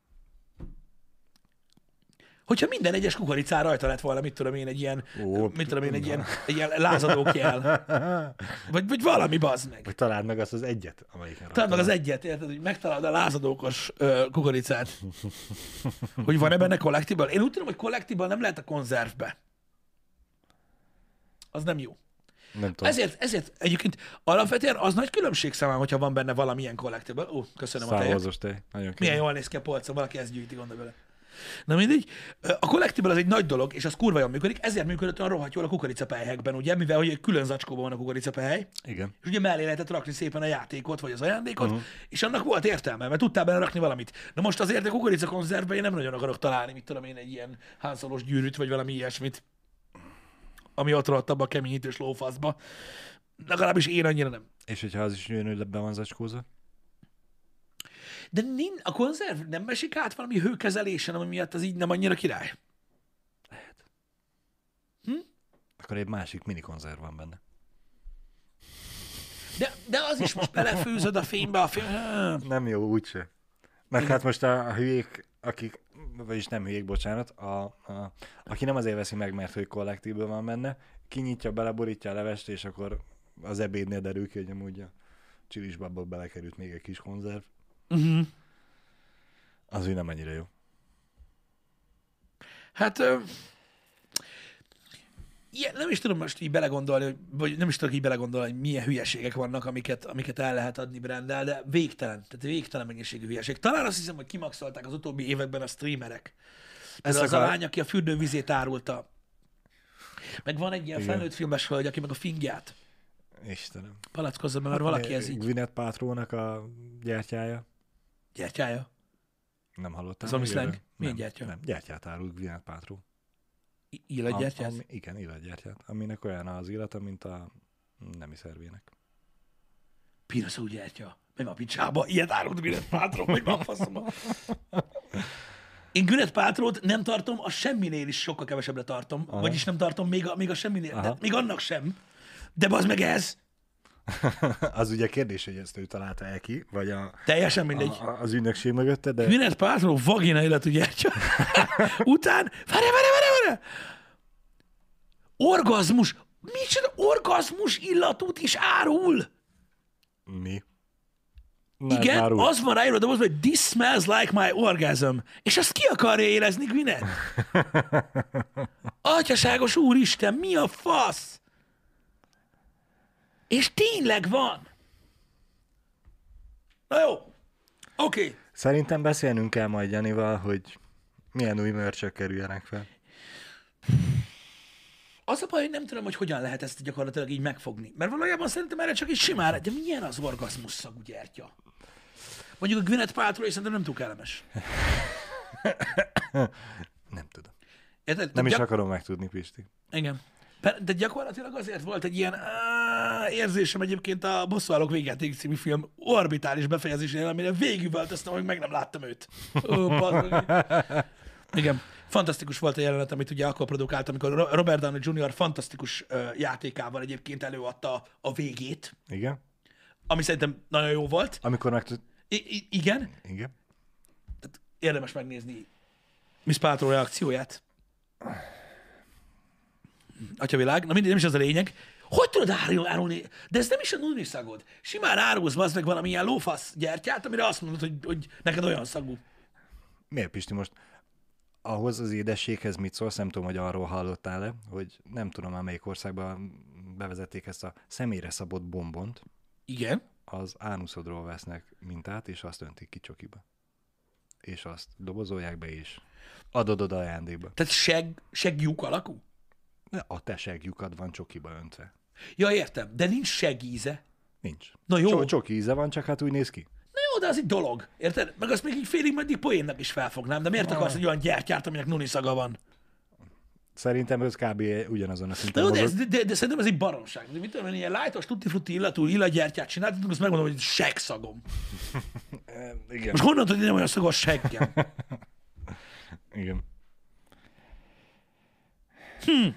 Hogyha minden egyes kukoricán rajta lett volna, mit tudom én, egy ilyen, Ó, mit tudom én, egy ilyen, egy ilyen lázadókjel. Vagy, vagy valami, bazd meg. Vagy találd meg azt az egyet, amelyiken Talán meg rajta az egyet, érted, hogy megtalálod a lázadókos ö, kukoricát. Hogy van-e benne collectible? Én úgy tudom, hogy collectible nem lehet a konzervbe. Az nem jó. van. Nem tudom. Ezért, ezért egyébként alapvetően az nagy különbség számomra, hogyha van benne valamilyen collectible. Ó, köszönöm a tejet. Szárvazos tej. Nagyon Milyen kemény. jól néz ki a polcon, valaki ezt gyűjti, gondol bele. Na mindegy. A collectible az egy nagy dolog, és az kurva jól működik, ezért működött olyan rohadt jól a kukoricapelyhekben, ugye, mivel hogy egy külön zacskóban van a kukoricapely, Igen. és ugye mellé lehetett rakni szépen a játékot, vagy az ajándékot, uh-huh. és annak volt értelme, mert tudtál benne rakni valamit. Na most azért a kukoricakonzervben én nem nagyon akarok találni, mit tudom én, egy ilyen hánszolós gyűrűt, vagy valami ilyesmit, ami ott rohadt abba a keményítős lófaszba. Legalábbis én annyira nem. És hogyha az is jön, hogy be van zacskózva? De nin, a konzerv nem esik át valami hőkezelésen, ami miatt az így nem annyira király. Akkor egy másik mini konzerv van benne. De, de az is most belefőzöd a fénybe, a fény... Nem jó, úgyse. Meg hát most a, a hülyék, akik, vagyis nem hülyék, bocsánat, a, a, aki nem azért veszi meg, mert hogy kollektívből van benne, kinyitja, beleborítja a levest, és akkor az ebédnél derül ki, hogy amúgy a csilisbabba belekerült még egy kis konzerv. Uh-huh. Az úgy nem annyira jó. Hát... Ö... ilyen, nem is tudom most így belegondolni, hogy- vagy nem is tudok így belegondolni, hogy milyen hülyeségek vannak, amiket, amiket el lehet adni brandel, de végtelen, tehát végtelen mennyiségű hülyeség. Talán azt hiszem, hogy kimaxolták az utóbbi években a streamerek. Ez az akar- a lány, aki a fürdővizét árulta. Meg van egy ilyen Igen. felnőtt filmes hölgy, aki meg a fingját Istenem. palackozza be, mert valaki ez így Gwyneth Paltrownak a gyertyája. gyertyája. Nem hallottál? Az ami még slang? erről? Milyen Nem, gyertya? Nem, gyertyát árul Gwyneth Paltrow. I- Illatgyertyát? Ami, igen, illatgyertyát, aminek olyan az illata, mint a nemi szervének. Piraszó gyertya. Meg a picsába. Ilyet árult Gwyneth Paltrow, vagy már faszomba. Én Gwyneth Paltrowt nem tartom, a semminél is sokkal kevesebbre tartom. Aha. Vagyis nem tartom még a, még a semminél, de még annak sem. De az meg ez. Az ugye kérdés, hogy ezt ő találta el ki, vagy a, Teljesen mindegy. a, az ügynökség mögötte, de Gwyneth Paltrow vagina illatú gyertya. Után, várj, várj, várj, várj! Orgazmus. Micsoda orgazmus illatút is árul? mi? Na, ez Igen, már úgy. az van ráírva, de az, hogy this smells like my orgasm. És azt ki akarja érezni, Gwyneth? Atyaságos úristen, mi a fasz? És tényleg van. Na jó. Oké. Okay. Szerintem beszélnünk kell majd Janival, hogy Milyen új mörcsök kerüljenek fel? Az a baj, hogy nem tudom, hogy hogyan lehet ezt gyakorlatilag így megfogni. Mert valójában szerintem erre csak egy simán, de milyen az orgazmus szagú gyertya? Mondjuk a Gwyneth Paltrow szerintem nem túl kellemes. Nem tudom. Érted? Nem is Gyak... akarom megtudni, Pisti. Igen. De gyakorlatilag azért volt egy ilyen áh, érzésem egyébként a Bosszúállók végjáték című film orbitális befejezésénél, amire végigváltoztam, hogy meg nem láttam őt. Ó, igen. Fantasztikus volt a jelenet, amit ugye akkor produkált, amikor Robert Downey junior fantasztikus uh, játékával egyébként előadta a végét. Igen. Ami szerintem nagyon jó volt. Amikor megtud... I- I- igen. Igen. Tehát érdemes megnézni Miss Paltrow reakcióját. Atyavilág. Na mindegy, nem is az a lényeg. Hogy tudod árul- árulni? De ez nem is a nudni szagod. Simán árulsz az meg valamilyen lófasz gyertyát, amire azt mondod, hogy, hogy neked olyan szagú. Miért, Pisti, most ahhoz az édességhez mit szólsz? Nem tudom, hogy arról hallottál-e, hogy nem tudom már melyik országban bevezették ezt a személyre szabott bombont. Igen. Az ánuszodról vesznek mintát, és azt öntik ki csokiba. És azt dobozolják be, és adod oda ajándékba. Tehát seg, seglyúk alakú? A te segjukad van csokiba öntve. Ja, értem. De nincs segíze. Nincs. Na jó. Cso- csoki íze van, csak hát úgy néz ki. Na jó, de az egy dolog. Érted? Meg azt még így félig meddig poénnak is felfognám. De miért akarsz egy olyan gyertyát, aminek nuni szaga van? Szerintem ez kb. Ugyanazon a Na szinten jó, de, mozog. ez, de, de, szerintem ez egy baromság. De mit tudom én, ilyen lájtos, tutti-frutti illatú illatgyertyát csináltatok, azt megmondom, hogy segszagom. E, igen. Most honnan tudod, hogy nem olyan szagos seggem? Igen. Hm.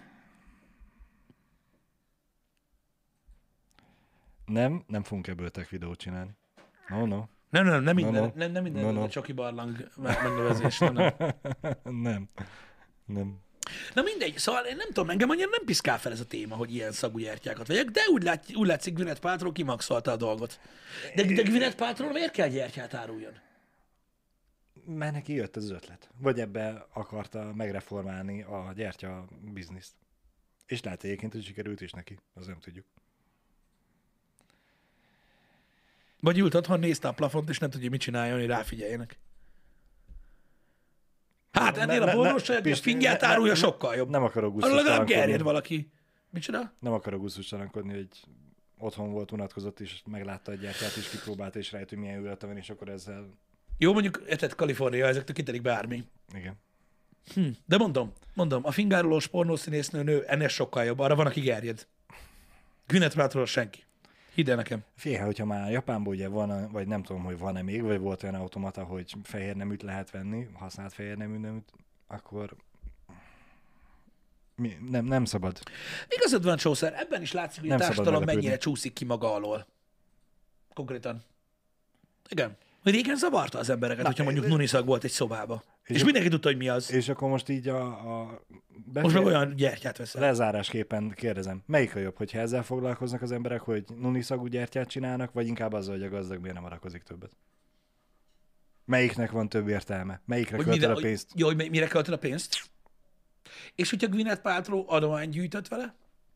Nem, nem fogunk ebből tech videót csinálni. No, no. Nem, nem, nem minden, No, no. nem, nem minden No, no. a Csoki Barlang megnevezés. Nem, nem. Nem. Nem. Na mindegy, szóval én nem tudom, engem annyira nem piszkál fel ez a téma, hogy ilyen szagú gyertyákat vegyek, de úgy, lát, úgy látszik, Gwyneth Paltrow kimaxolta a dolgot. De, de Gwyneth Paltrow miért kell gyertyát áruljon? Mert neki jött az ötlet. Vagy ebbe akarta megreformálni a gyertya bizniszt. És lehet egyébként, hogy sikerült is neki. Az nem tudjuk. Vagy ült otthon, nézte a plafont, és nem tudja, mit csináljon, hogy ráfigyeljenek. Hát ennél Ne- a ne- bornos ne- a Pisti, fingyát ne- ne- árulja ne- sokkal jobb. Nem akarok Arra legalább gerjed gusztustalankodni. valaki. Micsoda? Nem akarok gusztustalankodni, hogy otthon volt, unatkozott, és meglátta a gyertyát, és kipróbálta, és rájött, hogy milyen ülete van, és akkor ezzel... Jó, mondjuk, érted, Kalifornia, ezektől kitelik bármi. Igen. Hm. De mondom, mondom, a fingárolós pornószínésznő nő ennél sokkal jobb. Arra van, aki gerjed. Gwyneth Paltrow senki. Hidd el nekem. Figyelj, hogyha már Japánban ugye van, vagy nem tudom, hogy van-e még, vagy volt olyan automata, hogy fehér neműt lehet venni, használt fehér nemű neműt, akkor mi, nem, nem szabad. Igazad van, Csószer, ebben is látszik, hogy Nem a szabad társadalom meglepődni. mennyire csúszik ki maga alól. Konkrétan. Igen. Régen zavarta az embereket, Na, hogyha mondjuk és- nuniszag volt egy szobába. És, és ak- mindenki tudta, hogy mi az. És akkor most így a, a Most meg olyan gyertyát veszel. lezárásképpen kérdezem, melyik a jobb, hogyha ezzel foglalkoznak az emberek, hogy nuniszagú gyertyát csinálnak, vagy inkább azzal, hogy a gazdag miért nem arakozik többet? Melyiknek van több értelme? Melyikre Hogy költöd mire, a pénzt? Jó, hogy mi- mire költöd a pénzt? És hogyha Gwyneth Paltrow adományt gyűjtött vele?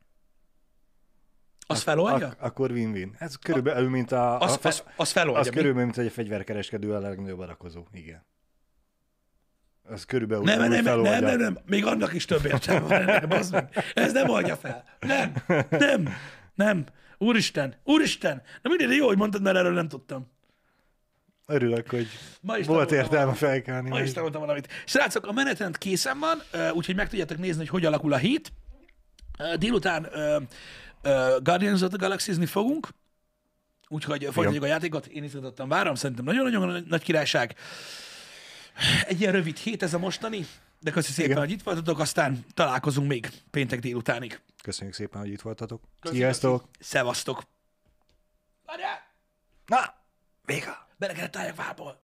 Az feloldja? Ak- akkor win-win. Ez körülbelül, mint a... Az, a fe- az, az feloldja. az mi? körülbelül, mint hogy a fegyverkereskedő a legnagyobb adakozó. Igen. Az körülbelül Nem, úgy nem, nem, feloldja. nem, nem, nem, még annak is több értelme van ennek, bazd meg. Ez nem oldja fel. Nem, nem, nem. Úristen, úristen. Na mindegy, jó, hogy mondtad, mert erről nem tudtam. Örülök, hogy Ma is volt tanultam értelme valamit. felkelni. Ma még. is tanultam valamit. Srácok, a menetrend készen van, ö, úgyhogy meg tudjátok nézni, hogy hogy alakul a hét. Ö, Délután ö, ö, Guardians of the Galaxy-zni fogunk, úgyhogy folytatjuk a játékot. Én izgatottan várom, szerintem nagyon-nagyon nagy- nagy királyság. Egy ilyen rövid hét ez a mostani, de köszi szépen, Igen. hogy itt voltatok, aztán találkozunk még péntek délutánig. Köszönjük szépen, hogy itt voltatok. Köszi, Sziasztok! köszi. Szevasztok! Várjál! Na, vége! Bele kellett álljak vából.